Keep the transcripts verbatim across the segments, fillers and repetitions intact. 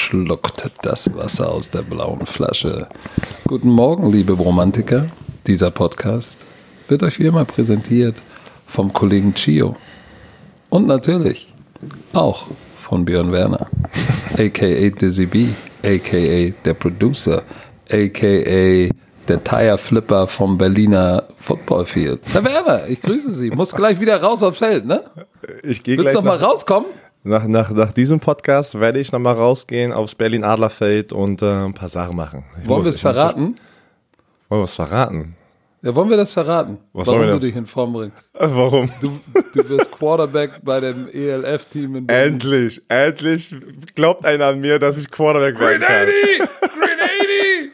schluckt das Wasser aus der blauen Flasche. Guten Morgen, liebe Romantiker. Dieser Podcast wird euch wie immer präsentiert vom Kollegen Chio. Und natürlich auch von Björn Werner, a k a. Dizzy B, a k a der Producer, a k a der Tire Flipper vom Berliner Football Field. Herr Werner, ich grüße Sie. Muss gleich wieder raus aufs Feld, ne? Ich gehe gleich. Willst du noch mal rauskommen? Nach, nach, nach diesem Podcast werde ich noch mal rausgehen aufs Berlin-Adlerfeld und äh, ein paar Sachen machen. Ich wollen wir es verraten? Wollen wir es verraten? Ja, wollen wir das verraten? Was warum wir du dich in Form bringst? Warum? Du, du wirst Quarterback bei dem E L F-Team in Berlin. Endlich, endlich glaubt einer an mir, dass ich Quarterback werden kann. Green eighty! Green eighty!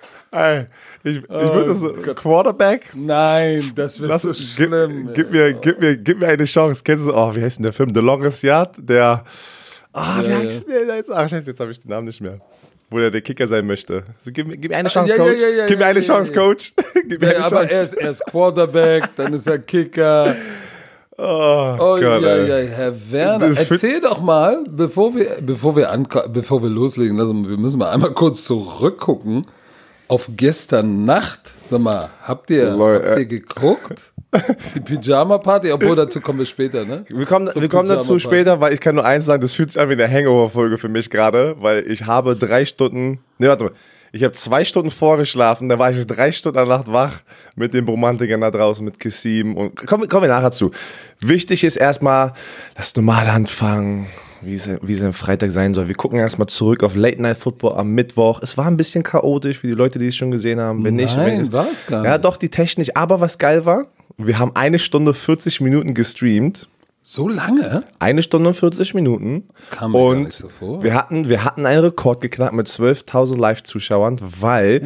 Ey, ich, ich Oh würde das so, Quarterback? Nein, das wird Lass, so schlimm. Gib, gib, mir, gib, mir, gib mir eine Chance. Kennst du, oh, wie heißt denn der Film? The Longest Yard? Der, ah, oh, wie ja, heißt der jetzt? Ach, scheiße, jetzt habe ich den Namen nicht mehr. Wo der der Kicker sein möchte. Also, gib, gib mir eine Chance, ja, Coach. Ja, ja, ja, gib mir eine ja, Chance, ja, Coach. Gib mir ja, eine aber Chance. er ist, er ist Quarterback, dann ist er Kicker. Oh, Oh Gott, ja, ey. ja, Herr Werner, Das erzähl doch mal, bevor wir, bevor wir, anko- bevor wir loslegen, also wir müssen mal einmal kurz zurückgucken auf gestern Nacht. Sag mal, habt ihr, Leute, habt ihr geguckt? Die Pyjama-Party, obwohl dazu kommen wir später, ne? Wir kommen, Zum wir kommen dazu Pyjama-Party. später, weil ich kann nur eins sagen, das fühlt sich an wie eine Hangover-Folge für mich gerade, weil ich habe drei Stunden, ne, warte mal, ich habe zwei Stunden vorgeschlafen, da war ich drei Stunden an der Nacht wach mit den Romantikern da draußen, mit Kissim und kommen, kommen wir nachher zu. Wichtig ist erstmal das normale Anfangen, wie es, wie es am Freitag sein soll. Wir gucken erstmal zurück auf Late Night Football am Mittwoch. Es war ein bisschen chaotisch für die Leute, die es schon gesehen haben. Wenn nicht, Nein, wenn war es gar nicht. Ja, doch, die Technik. Aber was geil war, wir haben eine Stunde vierzig Minuten gestreamt. So lange? Eine Stunde und vierzig Minuten. Kam mir gar und nicht so vor. Wir hatten, wir hatten einen Rekord geknackt mit zwölftausend Live-Zuschauern, weil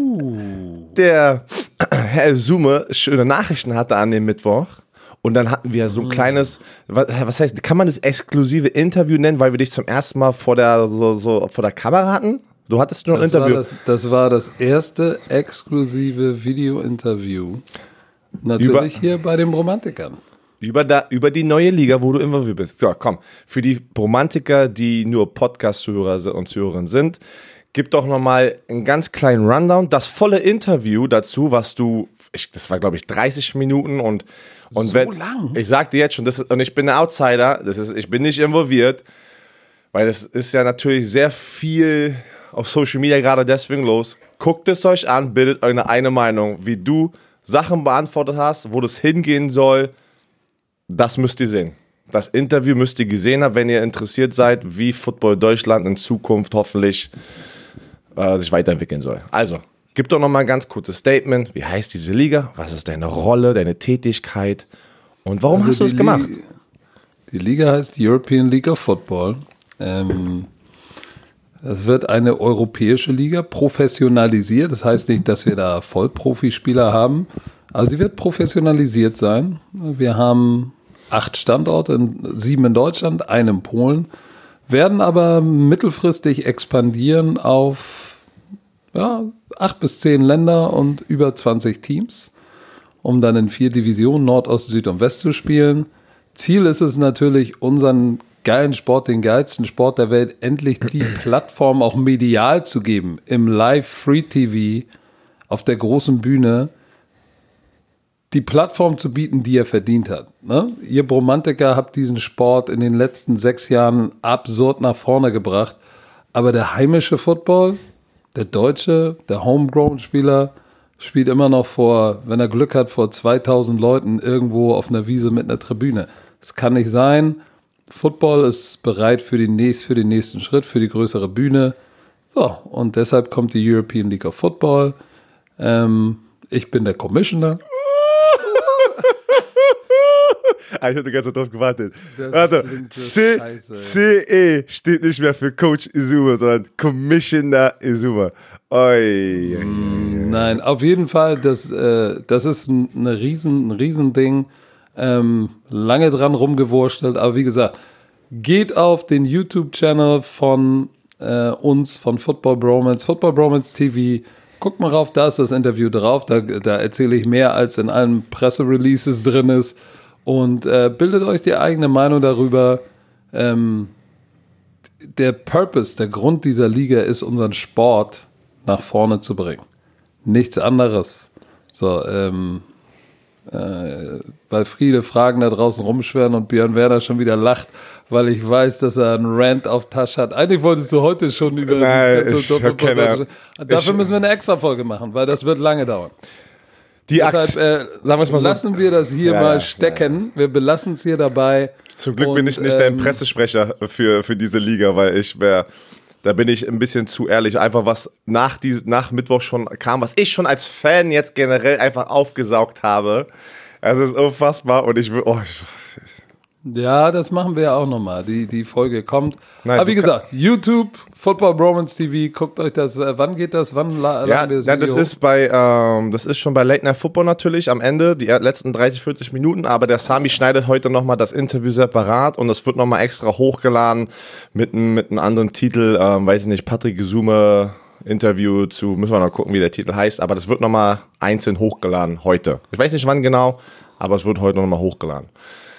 Uh. der Herr Sume schöne Nachrichten hatte an dem Mittwoch. Und dann hatten wir so ein kleines, was, was heißt, kann man das exklusive Interview nennen, weil wir dich zum ersten Mal vor der, so, so, vor der Kamera hatten? Du hattest nur ein Das Interview. war das, das war das erste exklusive Video-Interview. Natürlich Über- hier bei den Romantikern. Über, da, über die neue Liga, wo du involviert bist. So, komm. Für die Romantiker, die nur Podcast-Zuhörer und Zuhörerinnen sind, gib doch nochmal einen ganz kleinen Rundown. Das volle Interview dazu, was du, ich, das war glaube ich dreißig Minuten und, und So wenn, lang? ich sag dir jetzt schon, das ist, und ich bin ein Outsider, das ist, ich bin nicht involviert, weil es ist ja natürlich sehr viel auf Social Media gerade deswegen los. Guckt es euch an, bildet eure eine Meinung, wie du Sachen beantwortet hast, wo das hingehen soll. Das müsst ihr sehen. Das Interview müsst ihr gesehen haben, wenn ihr interessiert seid, wie Football Deutschland in Zukunft hoffentlich äh, sich weiterentwickeln soll. Also, gib doch nochmal ein ganz kurzes Statement. Wie heißt diese Liga? Was ist deine Rolle, deine Tätigkeit? Und warum Also hast du die es gemacht? Li- Die Liga heißt European League of Football. Ähm, es wird eine europäische Liga, professionalisiert. Das heißt nicht, dass wir da Vollprofispieler haben, aber sie wird professionalisiert sein. Wir haben acht Standorte, sieben in Deutschland, einen in Polen, werden aber mittelfristig expandieren auf ja, acht bis zehn Länder und über zwanzig Teams, um dann in vier Divisionen, Nord, Ost, Süd und West zu spielen. Ziel ist es natürlich, unseren geilen Sport, den geilsten Sport der Welt, endlich die Plattform auch medial zu geben, im Live-Free-T V, auf der großen Bühne, die Plattform zu bieten, die er verdient hat. Ne? Ihr Bromantiker habt diesen Sport in den letzten sechs Jahren absurd nach vorne gebracht, aber der heimische Football, der deutsche, der Homegrown-Spieler, spielt immer noch vor, wenn er Glück hat, vor zweitausend Leuten irgendwo auf einer Wiese mit einer Tribüne. Das kann nicht sein. Football ist bereit für den, nächst, für den nächsten Schritt, für die größere Bühne. So, und deshalb kommt die European League of Football. Ähm, ich bin der Commissioner. Ah, ich hatte die ganze Zeit drauf gewartet. Das Warte, klingt so C, scheiße, ey. C E steht nicht mehr für Coach Izuma, sondern Commissioner Izuma. Oi. Nein, auf jeden Fall, das, äh, das ist ein, eine riesen, ein Riesending. Ähm, lange dran rumgewurstelt, aber wie gesagt, geht auf den YouTube-Channel von äh, uns, von Football Bromance, Football Bromance T V. Guckt mal rauf, da ist das Interview drauf. Da, da erzähle ich mehr, als in allen Pressereleases drin ist. Und äh, bildet euch die eigene Meinung darüber. Ähm, der Purpose, der Grund dieser Liga ist, unseren Sport nach vorne zu bringen. Nichts anderes. So, ähm, äh, weil viele Fragen da draußen rumschwirren und Björn Werner schon wieder lacht, weil ich weiß, dass er einen Rant auf Tasche hat. Eigentlich wolltest du heute schon über Nein, das ich hab keine, Dafür ich, müssen wir eine extra Folge machen, weil das wird lange dauern. Die Deshalb Axt, äh, sagen wir's mal so. lassen wir das hier Ja, mal ja, stecken. Wir belassen es hier dabei. Zum Glück und, bin ich nicht ähm, der Pressesprecher für, für diese Liga, weil ich wäre, da bin ich ein bisschen zu ehrlich. Einfach was nach, die, nach Mittwoch schon kam, was ich schon als Fan jetzt generell einfach aufgesaugt habe. Es ist unfassbar und ich will, oh, ich, Ja, das machen wir ja auch nochmal. Die, die Folge kommt. Nein, Aber wie du gesagt, YouTube, Football Bromance T V, guckt euch das. Äh, wann geht das? Wann la ja, laden wir das ja, Video das hoch? ist bei, ähm, das ist schon bei Late Night Football natürlich am Ende, die letzten dreißig, vierzig Minuten, aber der Sami schneidet heute nochmal das Interview separat und es wird nochmal extra hochgeladen mit, mit einem anderen Titel, ähm, weiß ich nicht, Patrick Gesume Interview zu, müssen wir noch gucken, wie der Titel heißt, aber das wird nochmal einzeln hochgeladen heute. Ich weiß nicht wann genau, aber es wird heute nochmal hochgeladen.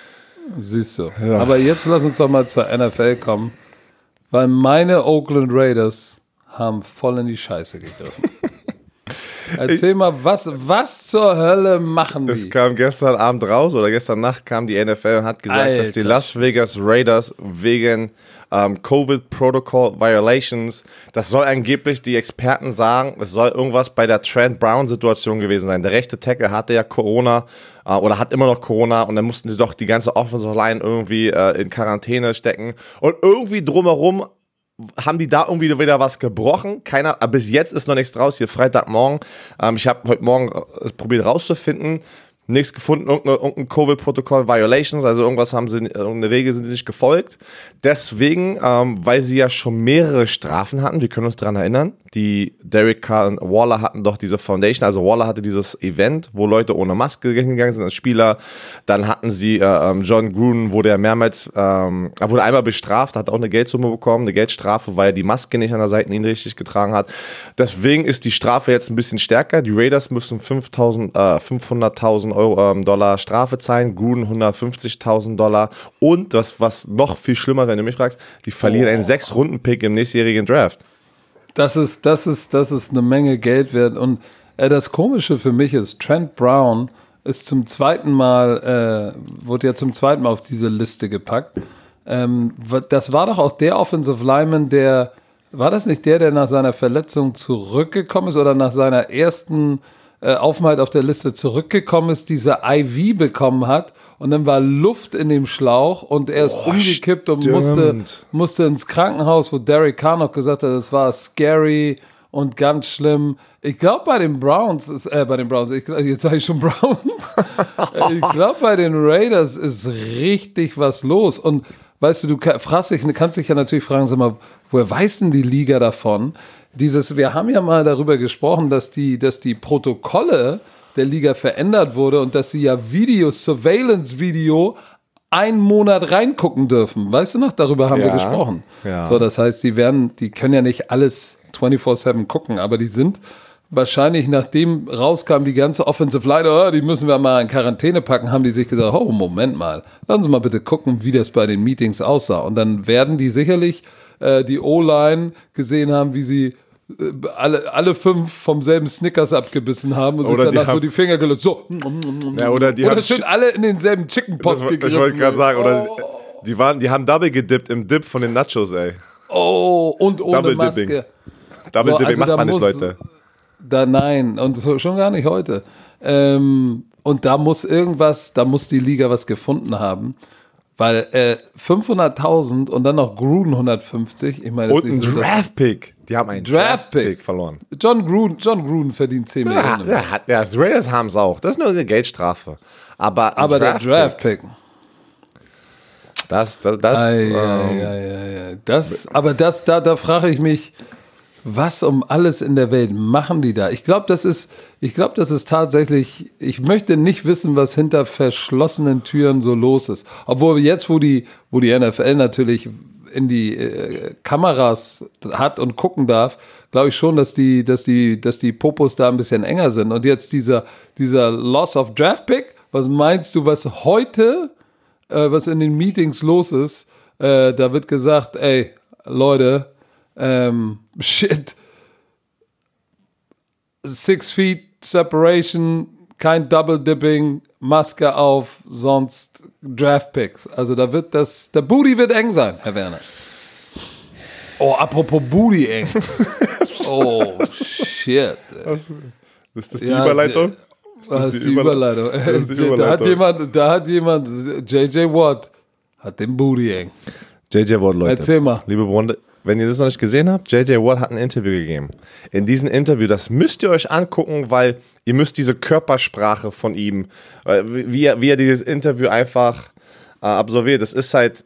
Siehst du. Ja. Aber jetzt lass uns doch mal zur N F L kommen, weil meine Oakland Raiders haben voll in die Scheiße gegriffen. Erzähl ich, mal, was, was zur Hölle machen die? Es kam gestern Abend raus oder gestern Nacht kam die N F L und hat gesagt, Alter. dass die Las Vegas Raiders wegen ähm, Covid Protocol Violations, das soll angeblich, die Experten sagen, es soll irgendwas bei der Trent Brown Situation gewesen sein. Der rechte Tackle hatte ja Corona äh, oder hat immer noch Corona und dann mussten sie doch die ganze Offensive Line irgendwie äh, in Quarantäne stecken und irgendwie drumherum haben die da irgendwie wieder was gebrochen? Keiner, aber bis jetzt ist noch nichts draus. Hier Freitagmorgen. Ähm, ich habe heute Morgen äh, probiert rauszufinden. Nichts gefunden, irgendein, irgendein Covid-Protokoll Violations, also irgendwas haben sie, irgendeine Regel sind sie nicht gefolgt. Deswegen, ähm, weil sie ja schon mehrere Strafen hatten, wir können uns daran erinnern, die Derek Carr und Waller hatten doch diese Foundation, also Waller hatte dieses Event, wo Leute ohne Maske hingegangen sind als Spieler. Dann hatten sie äh, John Gruden, wurde ja mehrmals, ähm, er wurde einmal bestraft, hat auch eine Geldsumme bekommen, eine Geldstrafe, weil er die Maske nicht an der Seitenlinie richtig getragen hat. Deswegen ist die Strafe jetzt ein bisschen stärker. Die Raiders müssen fünfhunderttausend Euro, ähm, Dollar Strafe zahlen, Gruden hundertfünfzigtausend Dollar und das, was noch viel schlimmer, wenn du mich fragst, die verlieren oh. einen Sechs-Runden-Pick im nächstjährigen Draft. Das ist, das ist, das ist eine Menge Geld wert. Und äh, das Komische für mich ist, Trent Brown ist zum zweiten Mal, äh, wurde ja zum zweiten Mal auf diese Liste gepackt. Ähm, das war doch auch der Offensive Lineman, der, war das nicht der, der nach seiner Verletzung zurückgekommen ist oder nach seiner ersten äh, Aufenthalt auf der Liste zurückgekommen ist, diese I V bekommen hat und dann war Luft in dem Schlauch und er ist oh, umgekippt und musste, musste ins Krankenhaus, wo Derek Carr noch gesagt hat, das war scary und ganz schlimm. Ich glaube bei den Browns, ist, äh, bei den Browns, ich, jetzt sage ich schon Browns, ich glaube bei den Raiders ist richtig was los und weißt du, du fragst dich, kannst dich ja natürlich fragen, sag mal, woher weiß denn die Liga davon? Dieses, wir haben ja mal darüber gesprochen, dass die, dass die Protokolle der Liga verändert wurde und dass sie ja Videos, Surveillance-Video einen Monat reingucken dürfen. Weißt du noch? Darüber haben ja, wir gesprochen. Ja. So, das heißt, die werden, die können ja nicht alles vierundzwanzig sieben gucken, aber die sind wahrscheinlich, nachdem rauskam, die ganze Offensive Line, oh, die müssen wir mal in Quarantäne packen, haben die sich gesagt, oh, Moment mal, lassen Sie mal bitte gucken, wie das bei den Meetings aussah. Und dann werden die sicherlich äh, die O-Line gesehen haben, wie sie Alle, alle fünf vom selben Snickers abgebissen haben und oder sich danach so die Finger gelöst. So. Ja, oder die oder haben schön alle in denselben Chicken Pot gegriffen. Ich wollte gerade sagen, oder oh. die, waren, die haben Double gedippt im Dip von den Nachos, ey. Oh, und ohne Double Maske. Dipping. Double so, Dipping also macht man nicht, Leute. Da, nein, und so, schon gar nicht heute. Ähm, und da muss irgendwas, da muss die Liga was gefunden haben. Weil äh, fünfhunderttausend und dann noch Gruden hundertfünfzig. Ich meine, das und ist ein so, Draft-Pick. Die haben einen Draft-Pick Draft verloren. John Gruden, John Gruden verdient zehn ja, Millionen. Ja, ja, die Raiders haben es auch. Das ist nur eine Geldstrafe. Aber, Aber Draft der Draft-Pick. Das, das, das. Ei, ähm, ei, ei, ei. das aber das, da, da frage ich mich, was um alles in der Welt machen die da? Ich glaube, das ist, ich glaube, das ist tatsächlich, ich möchte nicht wissen, was hinter verschlossenen Türen so los ist. Obwohl jetzt, wo die, wo die N F L natürlich in die äh, Kameras hat und gucken darf, glaube ich schon, dass die, dass die, dass die Popos da ein bisschen enger sind. Und jetzt dieser, dieser Loss of Draft Pick, was meinst du, was heute, äh, was in den Meetings los ist? Äh, da wird gesagt, ey, Leute, ähm, shit, six feet separation, kein Double Dipping, Maske auf, sonst Draft Picks. Also da wird das, der Booty wird eng sein, Herr Werner. Oh, apropos Booty eng. Oh, shit. Was, ist das die ja, Überleitung? Ist das, das ist die Überleitung. Überleitung. Ist die Überleitung. Da hat jemand, da hat jemand, J J Watt hat den Booty eng. J J Watt, Leute. Erzähl mal. Liebe Freunde, wenn ihr das noch nicht gesehen habt, J J Watt hat ein Interview gegeben. In diesem Interview, das müsst ihr euch angucken, weil ihr müsst diese Körpersprache von ihm, wie er, wie er dieses Interview einfach äh, absolviert. Das ist halt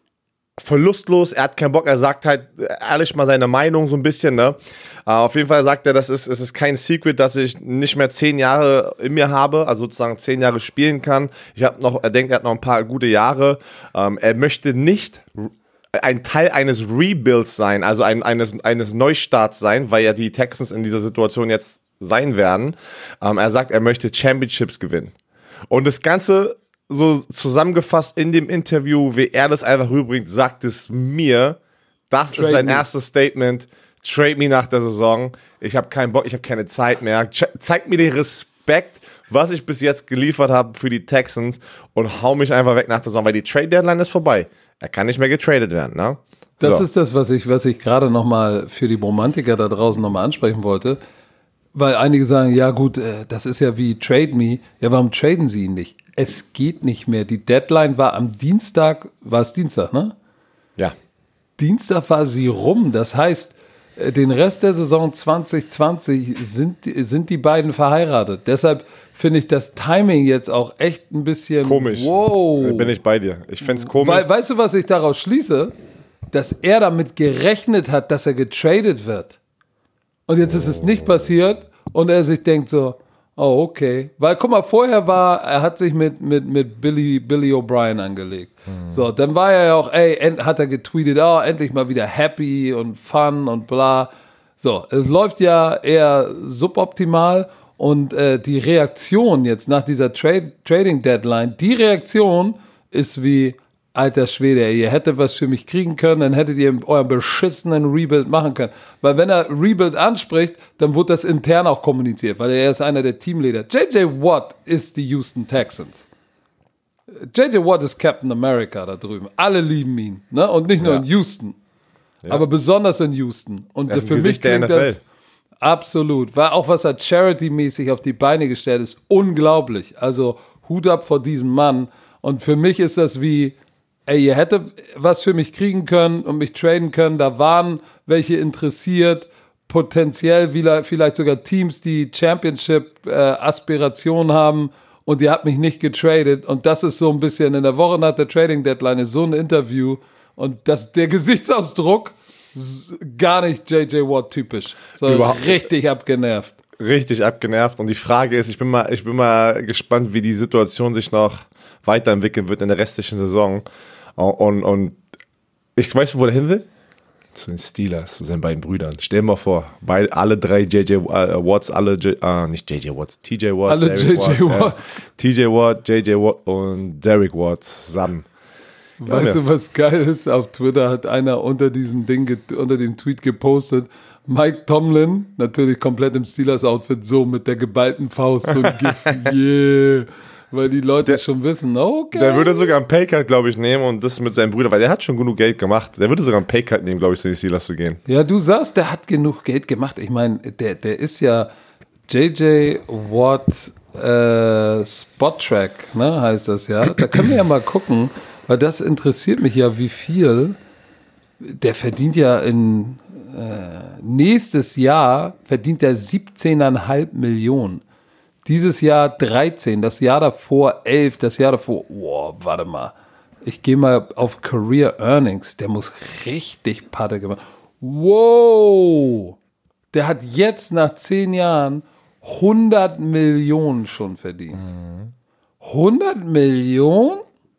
verlustlos, er hat keinen Bock, er sagt halt ehrlich mal seine Meinung so ein bisschen, ne? Uh, auf jeden Fall sagt er, das ist, es ist kein Secret, dass ich nicht mehr zehn Jahre in mir habe, also sozusagen zehn Jahre spielen kann. Ich habe noch, er denkt, er hat noch ein paar gute Jahre. Um, er möchte nicht ein Teil eines Rebuilds sein, also ein, eines, eines Neustarts sein, weil ja die Texans in dieser Situation jetzt sein werden. Um, er sagt, er möchte Championships gewinnen. Und das Ganze so zusammengefasst in dem Interview, wie er das einfach rüberbringt, sagt es mir, das Trade ist sein me. erstes Statement, trade me nach der Saison, ich habe keinen Bock, ich habe keine Zeit mehr, zeigt mir den Respekt, was ich bis jetzt geliefert habe für die Texans und hau mich einfach weg nach der Saison, weil die Trade-Deadline ist vorbei, er kann nicht mehr getradet werden, ne? Das so. ist das, was ich, was ich gerade nochmal für die Romantiker da draußen nochmal ansprechen wollte, weil einige sagen, ja gut, das ist ja wie Trade Me, ja warum traden sie ihn nicht? Es geht nicht mehr. Die Deadline war am Dienstag, war es Dienstag, ne? Ja. Dienstag war sie rum. Das heißt, den Rest der Saison zwanzig zwanzig sind, sind die beiden verheiratet. Deshalb finde ich das Timing jetzt auch echt ein bisschen komisch. Wow. Da bin ich bei dir. Ich finde es komisch. We- weißt du, was ich daraus schließe? Dass er damit gerechnet hat, dass er getradet wird. Und jetzt ist es nicht passiert und er sich denkt so, oh, okay. Weil, guck mal, vorher war, er hat sich mit, mit, mit Billy, Billy O'Brien angelegt. Mhm. So, dann war er ja auch, ey, end, hat er getweetet, oh, endlich mal wieder happy und fun und bla. So, es läuft ja eher suboptimal und äh, die Reaktion jetzt nach dieser Trade, Trading Deadline, die Reaktion ist wie, alter Schwede, ihr hättet was für mich kriegen können, dann hättet ihr euren beschissenen Rebuild machen können. Weil wenn er Rebuild anspricht, dann wird das intern auch kommuniziert, weil er ist einer der Teamleader. J J Watt ist die Houston Texans. J J Watt ist Captain America da drüben. Alle lieben ihn. Ne? Und nicht nur ja. in Houston, ja. aber besonders in Houston. Und das ist für mich klingt das absolut, weil auch was er charity-mäßig auf die Beine gestellt ist, unglaublich. Also Hut ab vor diesem Mann. Und für mich ist das wie, ey, ihr hättet was für mich kriegen können und mich traden können. Da waren welche interessiert, potenziell vielleicht sogar Teams, die Championship-Aspirationen äh, haben und ihr habt mich nicht getradet. Und das ist so ein bisschen in der Woche nach der Trading-Deadline ist so ein Interview und das, der Gesichtsausdruck gar nicht J J Watt typisch. So Überhaupt richtig abgenervt. Richtig abgenervt. Und die Frage ist, ich bin mal, ich bin mal gespannt, wie die Situation sich noch weiterentwickeln wird in der restlichen Saison. Und, und ich weiß, wo er hin will. Zu den Steelers, zu seinen beiden Brüdern. Stell dir mal vor, beide, alle drei J J uh, Watts, alle, J, uh, nicht J J Watts, T J Watt, alle J J Watt, äh, T J Watt, J J Watt und Derek Watt zusammen. Weißt ja, du, was geil ist? Auf Twitter hat einer unter diesem Ding, unter dem Tweet gepostet, Mike Tomlin, natürlich komplett im Steelers-Outfit, so mit der geballten Faust, so ein Gift, yeah. Weil die Leute der, schon wissen, okay. Der würde sogar einen Paycut, glaube ich, nehmen und das mit seinem Bruder, weil der hat schon genug Geld gemacht. Der würde sogar einen Paycut nehmen, glaube ich, zu den Steelers zu gehen. Ja, du sagst, der hat genug Geld gemacht. Ich meine, der, der ist ja J J Watt äh, Spot-Track, ne, heißt das ja. Da können wir ja mal gucken, weil das interessiert mich ja, wie viel. Der verdient ja in äh, nächstes Jahr verdient er siebzehn Komma fünf Millionen. Dieses Jahr dreizehn, das Jahr davor elf, das Jahr davor, oh, warte mal. Ich gehe mal auf Career Earnings, der muss richtig Patte gemacht. Wow! Der hat jetzt nach zehn Jahren hundert Millionen schon verdient. Mhm. hundert Millionen?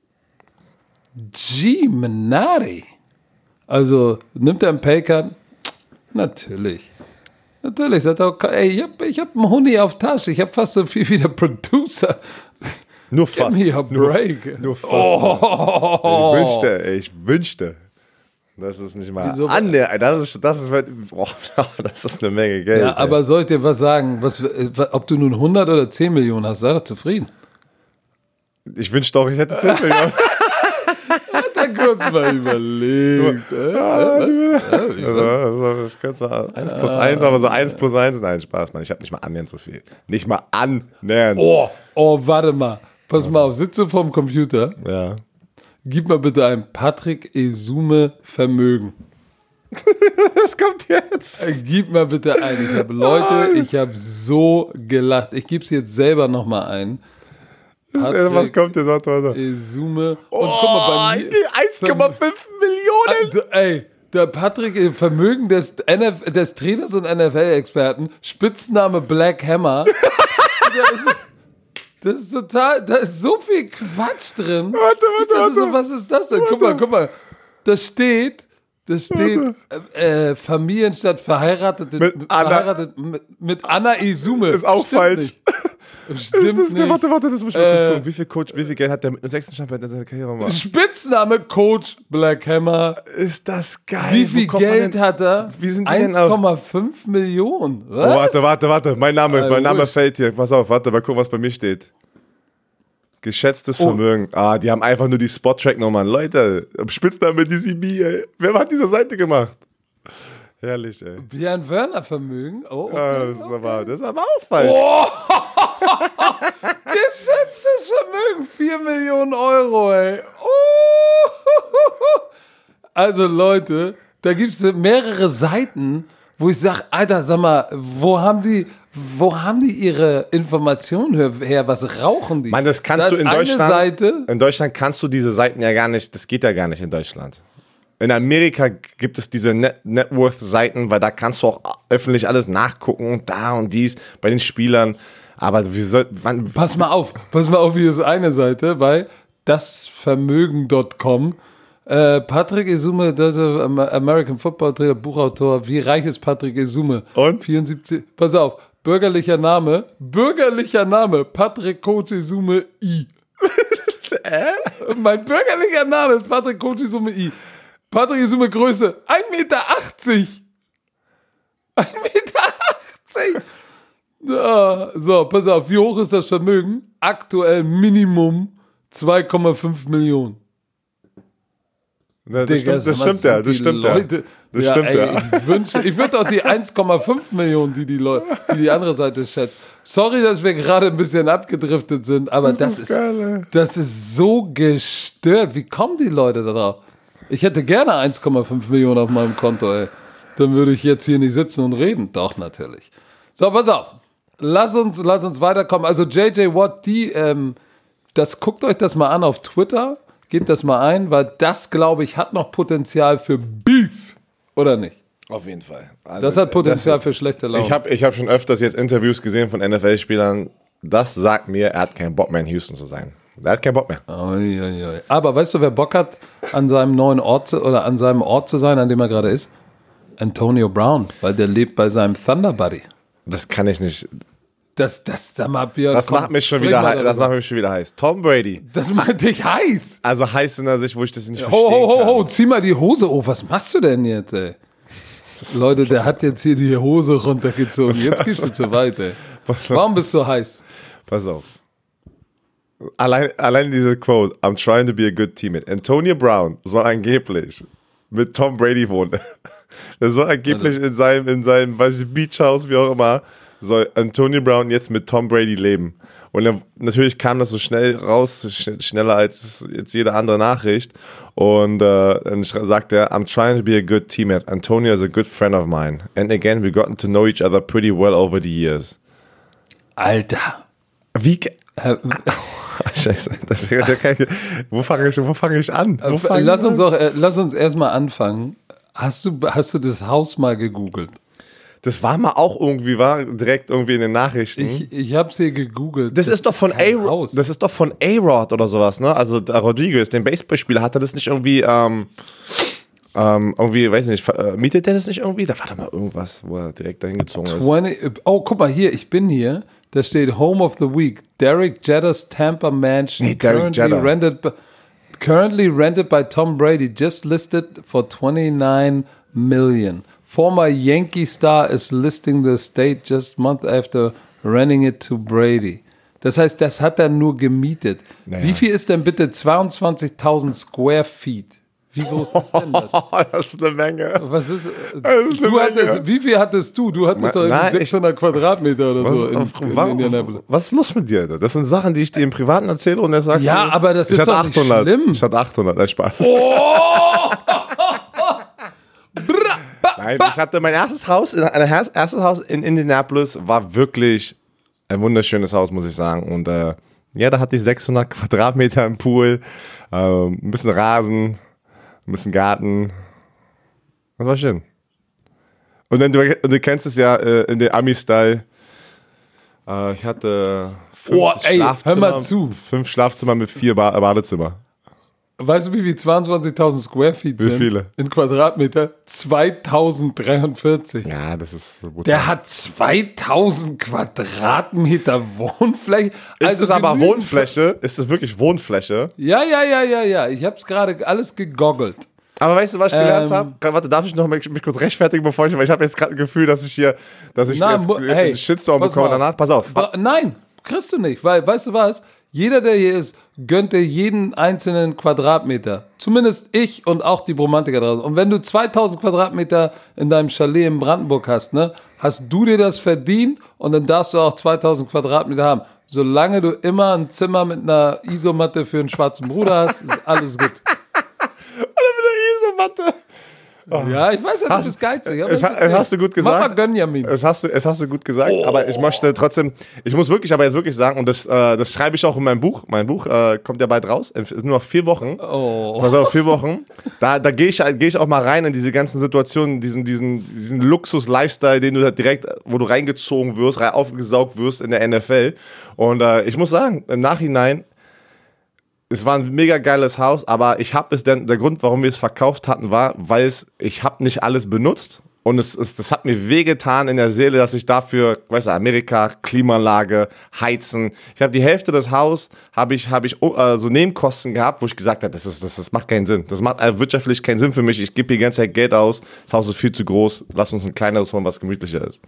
Giminati. Also, nimmt er einen Paycut? Natürlich. Natürlich, sagt er, ey, ich habe ich hab einen Huni auf Tasche, ich habe fast so viel wie der Producer. Nur fast. Give me a break. Nur, nur fast. Oh. Ich wünschte, ey, ich wünschte. Das ist nicht mal Wieso? annähernd. Das ist, das, ist, boah, das ist eine Menge Geld. Ja, ey. aber soll ich dir was sagen? Was, ob du nun hundert oder zehn Millionen hast, sei doch zufrieden. Ich wünschte doch, ich hätte zehn Millionen. Hat er kurz mal überlegt. Äh, was? Ja, wie, was? Ich könnte eins plus eins, aber so eins plus eins. Nein, Spaß, Mann. Ich habe nicht mal annähernd so viel. Nicht mal annähernd. Oh, oh, warte mal. Pass mal auf, sitze vorm Computer. Ja. Gib mal bitte ein Patrick Esume Vermögen. Das kommt jetzt. Äh, Gib mal bitte ein. Ich habe Leute, ich habe so gelacht. Ich gebe es jetzt selber nochmal ein. Patrick Was kommt jetzt? Warte, warte. Esume. Und Oh, guck mal, bei mir. eins Komma fünf Millionen. Ah, ey, der Patrick äh, Vermögen des, N F, des Trainers und N F L-Experten, Spitzname Black Hammer. das, ist, das ist total, da ist so viel Quatsch drin. Warte, warte, Ich dachte warte. so, was ist das denn? Guck mal, guck mal. Da steht, da steht äh, äh, Familienstadt verheiratet Mit Anna. verheiratet mit, mit Anna Esume. Ist auch Stimmt falsch. Nicht. Stimmt Das, das, nicht. warte, warte, das muss ich wirklich Äh, gucken. Wie viel Coach, wie viel Geld hat der mit dem sechsten Standbein in seiner Karriere gemacht? Spitzname Coach Black Hammer. Ist das geil. Wie viel Wo kommt man Geld denn- hat er? Wie sind die denn auf- eins Komma fünf Millionen. Was? Oh, warte, warte, warte. Mein Name, Ah, mein Name wurscht. fällt hier. Pass auf, warte, mal gucken, was bei mir steht. Geschätztes Oh. Vermögen. Ah, die haben einfach nur die Spot-Track-Nummern. Leute, am Spitzname D C B, ey. Wer hat diese Seite gemacht? Herrlich, ey. Björn Werner Vermögen. Oh, okay. Ah, das, ist aber, das ist aber auch falsch. Geschätztes Vermögen, vier Millionen Euro, ey. Oh. Also Leute, da gibt es mehrere Seiten, wo ich sage, Alter, sag mal, wo haben die, wo haben die ihre Informationen her? Was rauchen die? Mann, das kannst da du ist in eine Deutschland. Seite, In Deutschland kannst du diese Seiten ja gar nicht, das geht ja gar nicht in Deutschland. In Amerika gibt es diese Net, Networth-Seiten, weil da kannst du auch öffentlich alles nachgucken und da und dies bei den Spielern. Aber wie soll, wann, pass mal auf, pass mal auf, hier ist eine Seite bei dasvermögen Punkt com. Äh, Patrick Esume, das, äh, American Football Trainer, Buchautor. Wie reich ist Patrick Esume? Und? vierundsiebzig. Pass auf, bürgerlicher Name, bürgerlicher Name, Patrick Coach Esume I. äh? Mein bürgerlicher Name ist Patrick Coach Esume I. Patrick Esume Größe ein Meter achtzig. ein Meter achtzig. Ja, so, pass auf, wie hoch ist das Vermögen? Aktuell Minimum zwei Komma fünf Millionen. Na, das Digga, stimmt, das sag mal, stimmt ja, sind das die stimmt ja. Leute, Das ja, stimmt ey, ja. Ich wünsche, ich würde auch die eins Komma fünf Millionen, die die, Leute, die die andere Seite schätzt. Sorry, dass wir gerade ein bisschen abgedriftet sind, aber das, Das ist, ist geil, ey. das ist so gestört. Wie kommen die Leute da drauf? Ich hätte gerne eins Komma fünf Millionen auf meinem Konto, ey. Dann würde ich jetzt hier nicht sitzen und reden. Doch, natürlich. So, pass auf. Lass uns, lass uns weiterkommen. Also J J Watt, die, ähm, das guckt euch das mal an auf Twitter. Gebt das mal ein, weil das, glaube ich, hat noch Potenzial für Beef. Oder nicht? Auf jeden Fall. Also, Das hat Potenzial das- für schlechte Laune. Ich habe ich hab schon öfters jetzt Interviews gesehen von N F L-Spielern. Das sagt mir, er hat keinen Bock mehr in Houston zu sein. Er hat keinen Bock mehr. Ui, ui, ui. Aber weißt du, wer Bock hat, an seinem neuen Ort zu, oder an seinem Ort zu sein, an dem er gerade ist? Antonio Brown, weil der lebt bei seinem Thunder Buddy. Das kann ich nicht. Das, das, sag mal, Björn, Das komm, macht mich schon sprich wieder, mal hei- das darüber. macht mich schon wieder heiß. Tom Brady. Das macht dich heiß. Also heiß in der Sicht, wo ich das nicht Ho, verstehen ho, ho, ho, kann. zieh mal die Hose hoch. Was machst du denn jetzt, ey? Leute, der hat jetzt hier die Hose runtergezogen. Jetzt gehst du zu weit, ey. Warum bist du heiß? Pass auf. Allein, allein diese Quote, I'm trying to be a good teammate. Antonio Brown soll angeblich mit Tom Brady wohnen. Er soll angeblich in seinem, in seinem weiß ich, Beachhaus, wie auch immer, soll Antonio Brown jetzt mit Tom Brady leben. Und dann, natürlich kam das so schnell raus, sch- schneller als jetzt jede andere Nachricht. Und äh, dann sch- sagt er, I'm trying to be a good teammate. Antonio is a good friend of mine. And again, we've gotten to know each other pretty well over the years. Alter. Wie... ge- Äh, Scheiße. Das, das kann ich, wo fange ich, wo fange ich an? Wo fang lass ich uns an? auch, äh, lass uns erstmal anfangen. Hast du, hast du das Haus mal gegoogelt? Das war mal auch irgendwie, war direkt irgendwie in den Nachrichten. Ich, ich hab's hier gegoogelt. das, ist doch von kein A-Rod. Haus. Das ist doch von A-Rod oder sowas, ne? Also der Rodriguez, den Baseballspieler, hat er das nicht irgendwie, ähm, ähm, irgendwie, weiß ich nicht, ver- äh, mietet der das nicht irgendwie? Da war doch mal irgendwas, wo er direkt dahin gezogen ist. zwanzig, oh, guck mal hier, ich bin hier. Da steht Home of the Week. Derek Jetter's Tampa Mansion. Nee, Derek currently Jeter. rented. by- Currently rented by Tom Brady, just listed for twenty-nine million. Former Yankee star is listing the estate just month after renting it to Brady. Das heißt, das hat er nur gemietet. Naja. Wie viel ist denn bitte zweiundzwanzigtausend Square Feet? Wie groß ist denn das? Das ist eine Menge. Was ist, das ist du hattest, Menge. Wie viel hattest du? Du hattest doch Nein, sechshundert ich, Quadratmeter oder was, so in, warum, in Indianapolis. Was ist los mit dir? Das sind Sachen, die ich dir im Privaten erzähle und dann sagst ja, du... aber das ist doch achthundert. Nicht schlimm. Ich hatte achthundert, nein, Spaß. Oh! Nein, ich hatte mein erstes Haus, ein erstes Haus in Indianapolis war wirklich ein wunderschönes Haus, muss ich sagen. Und äh, ja, da hatte ich sechshundert Quadratmeter im Pool, äh, ein bisschen Rasen, ein bisschen Garten. Das war schön. Und dann, du, du kennst es ja äh, in der Ami-Style. Äh, ich hatte fünf, oh, ey, Schlafzimmer, hör mal zu. fünf Schlafzimmer mit vier ba- Badezimmer. Weißt du, wie viel zweiundzwanzigtausend Square Feet sind? Wie viele? In Quadratmeter? zweitausenddreiundvierzig. Ja, das ist so gut. Der hat zweitausend Quadratmeter Wohnfläche. Ist also es aber Wohnfläche? Ist es wirklich Wohnfläche? Ja, ja, ja, ja, ja. Ich habe es gerade alles gegoggelt. Aber weißt du, was ich gelernt ähm, habe? Warte, darf ich noch mal mich kurz rechtfertigen, bevor ich, weil ich habe jetzt gerade ein Gefühl, dass ich hier, dass ich Nein, jetzt mu- hey, einen Shitstorm bekomme danach. Pass auf. Bra- Nein, kriegst du nicht, weil, weißt du was? Jeder, der hier ist, gönnt dir jeden einzelnen Quadratmeter. Zumindest ich und auch die Bromantiker draußen. Und wenn du zweitausend Quadratmeter in deinem Chalet in Brandenburg hast, ne, hast du dir das verdient und dann darfst du auch zweitausend Quadratmeter haben. Solange du immer ein Zimmer mit einer Isomatte für einen schwarzen Bruder hast, ist alles gut. Oder mit der Isomatte. Oh. Ja, ich weiß ja, du bist geizig. Es, ha, es hast du gut gesagt. Mach mal Gönjamin. Es hast du, es hast du gut gesagt, oh. aber ich möchte trotzdem, ich muss wirklich, aber jetzt wirklich sagen, und das, äh, das schreibe ich auch in meinem Buch. Mein Buch äh, kommt ja bald raus, es sind nur noch vier Wochen. Oh. Also vier Wochen. Da, da gehe ich, geh ich auch mal rein in diese ganzen Situationen, diesen, diesen, diesen Luxus-Lifestyle, den du da direkt, wo du reingezogen wirst, rein aufgesaugt wirst in der N F L. Und äh, ich muss sagen, im Nachhinein, es war ein mega geiles Haus, aber ich habe es dann, der Grund, warum wir es verkauft hatten, war, weil es, ich habe nicht alles benutzt und es, es, das hat mir wehgetan in der Seele, dass ich dafür, weißt du, Amerika, Klimaanlage, Heizen, ich habe die Hälfte des Hauses, habe ich, habe ich äh, so Nebenkosten gehabt, wo ich gesagt habe, das, ist, das, das macht keinen Sinn, das macht äh, wirtschaftlich keinen Sinn für mich, ich gebe die ganze Zeit Geld aus, das Haus ist viel zu groß, lass uns ein kleineres holen, was gemütlicher ist.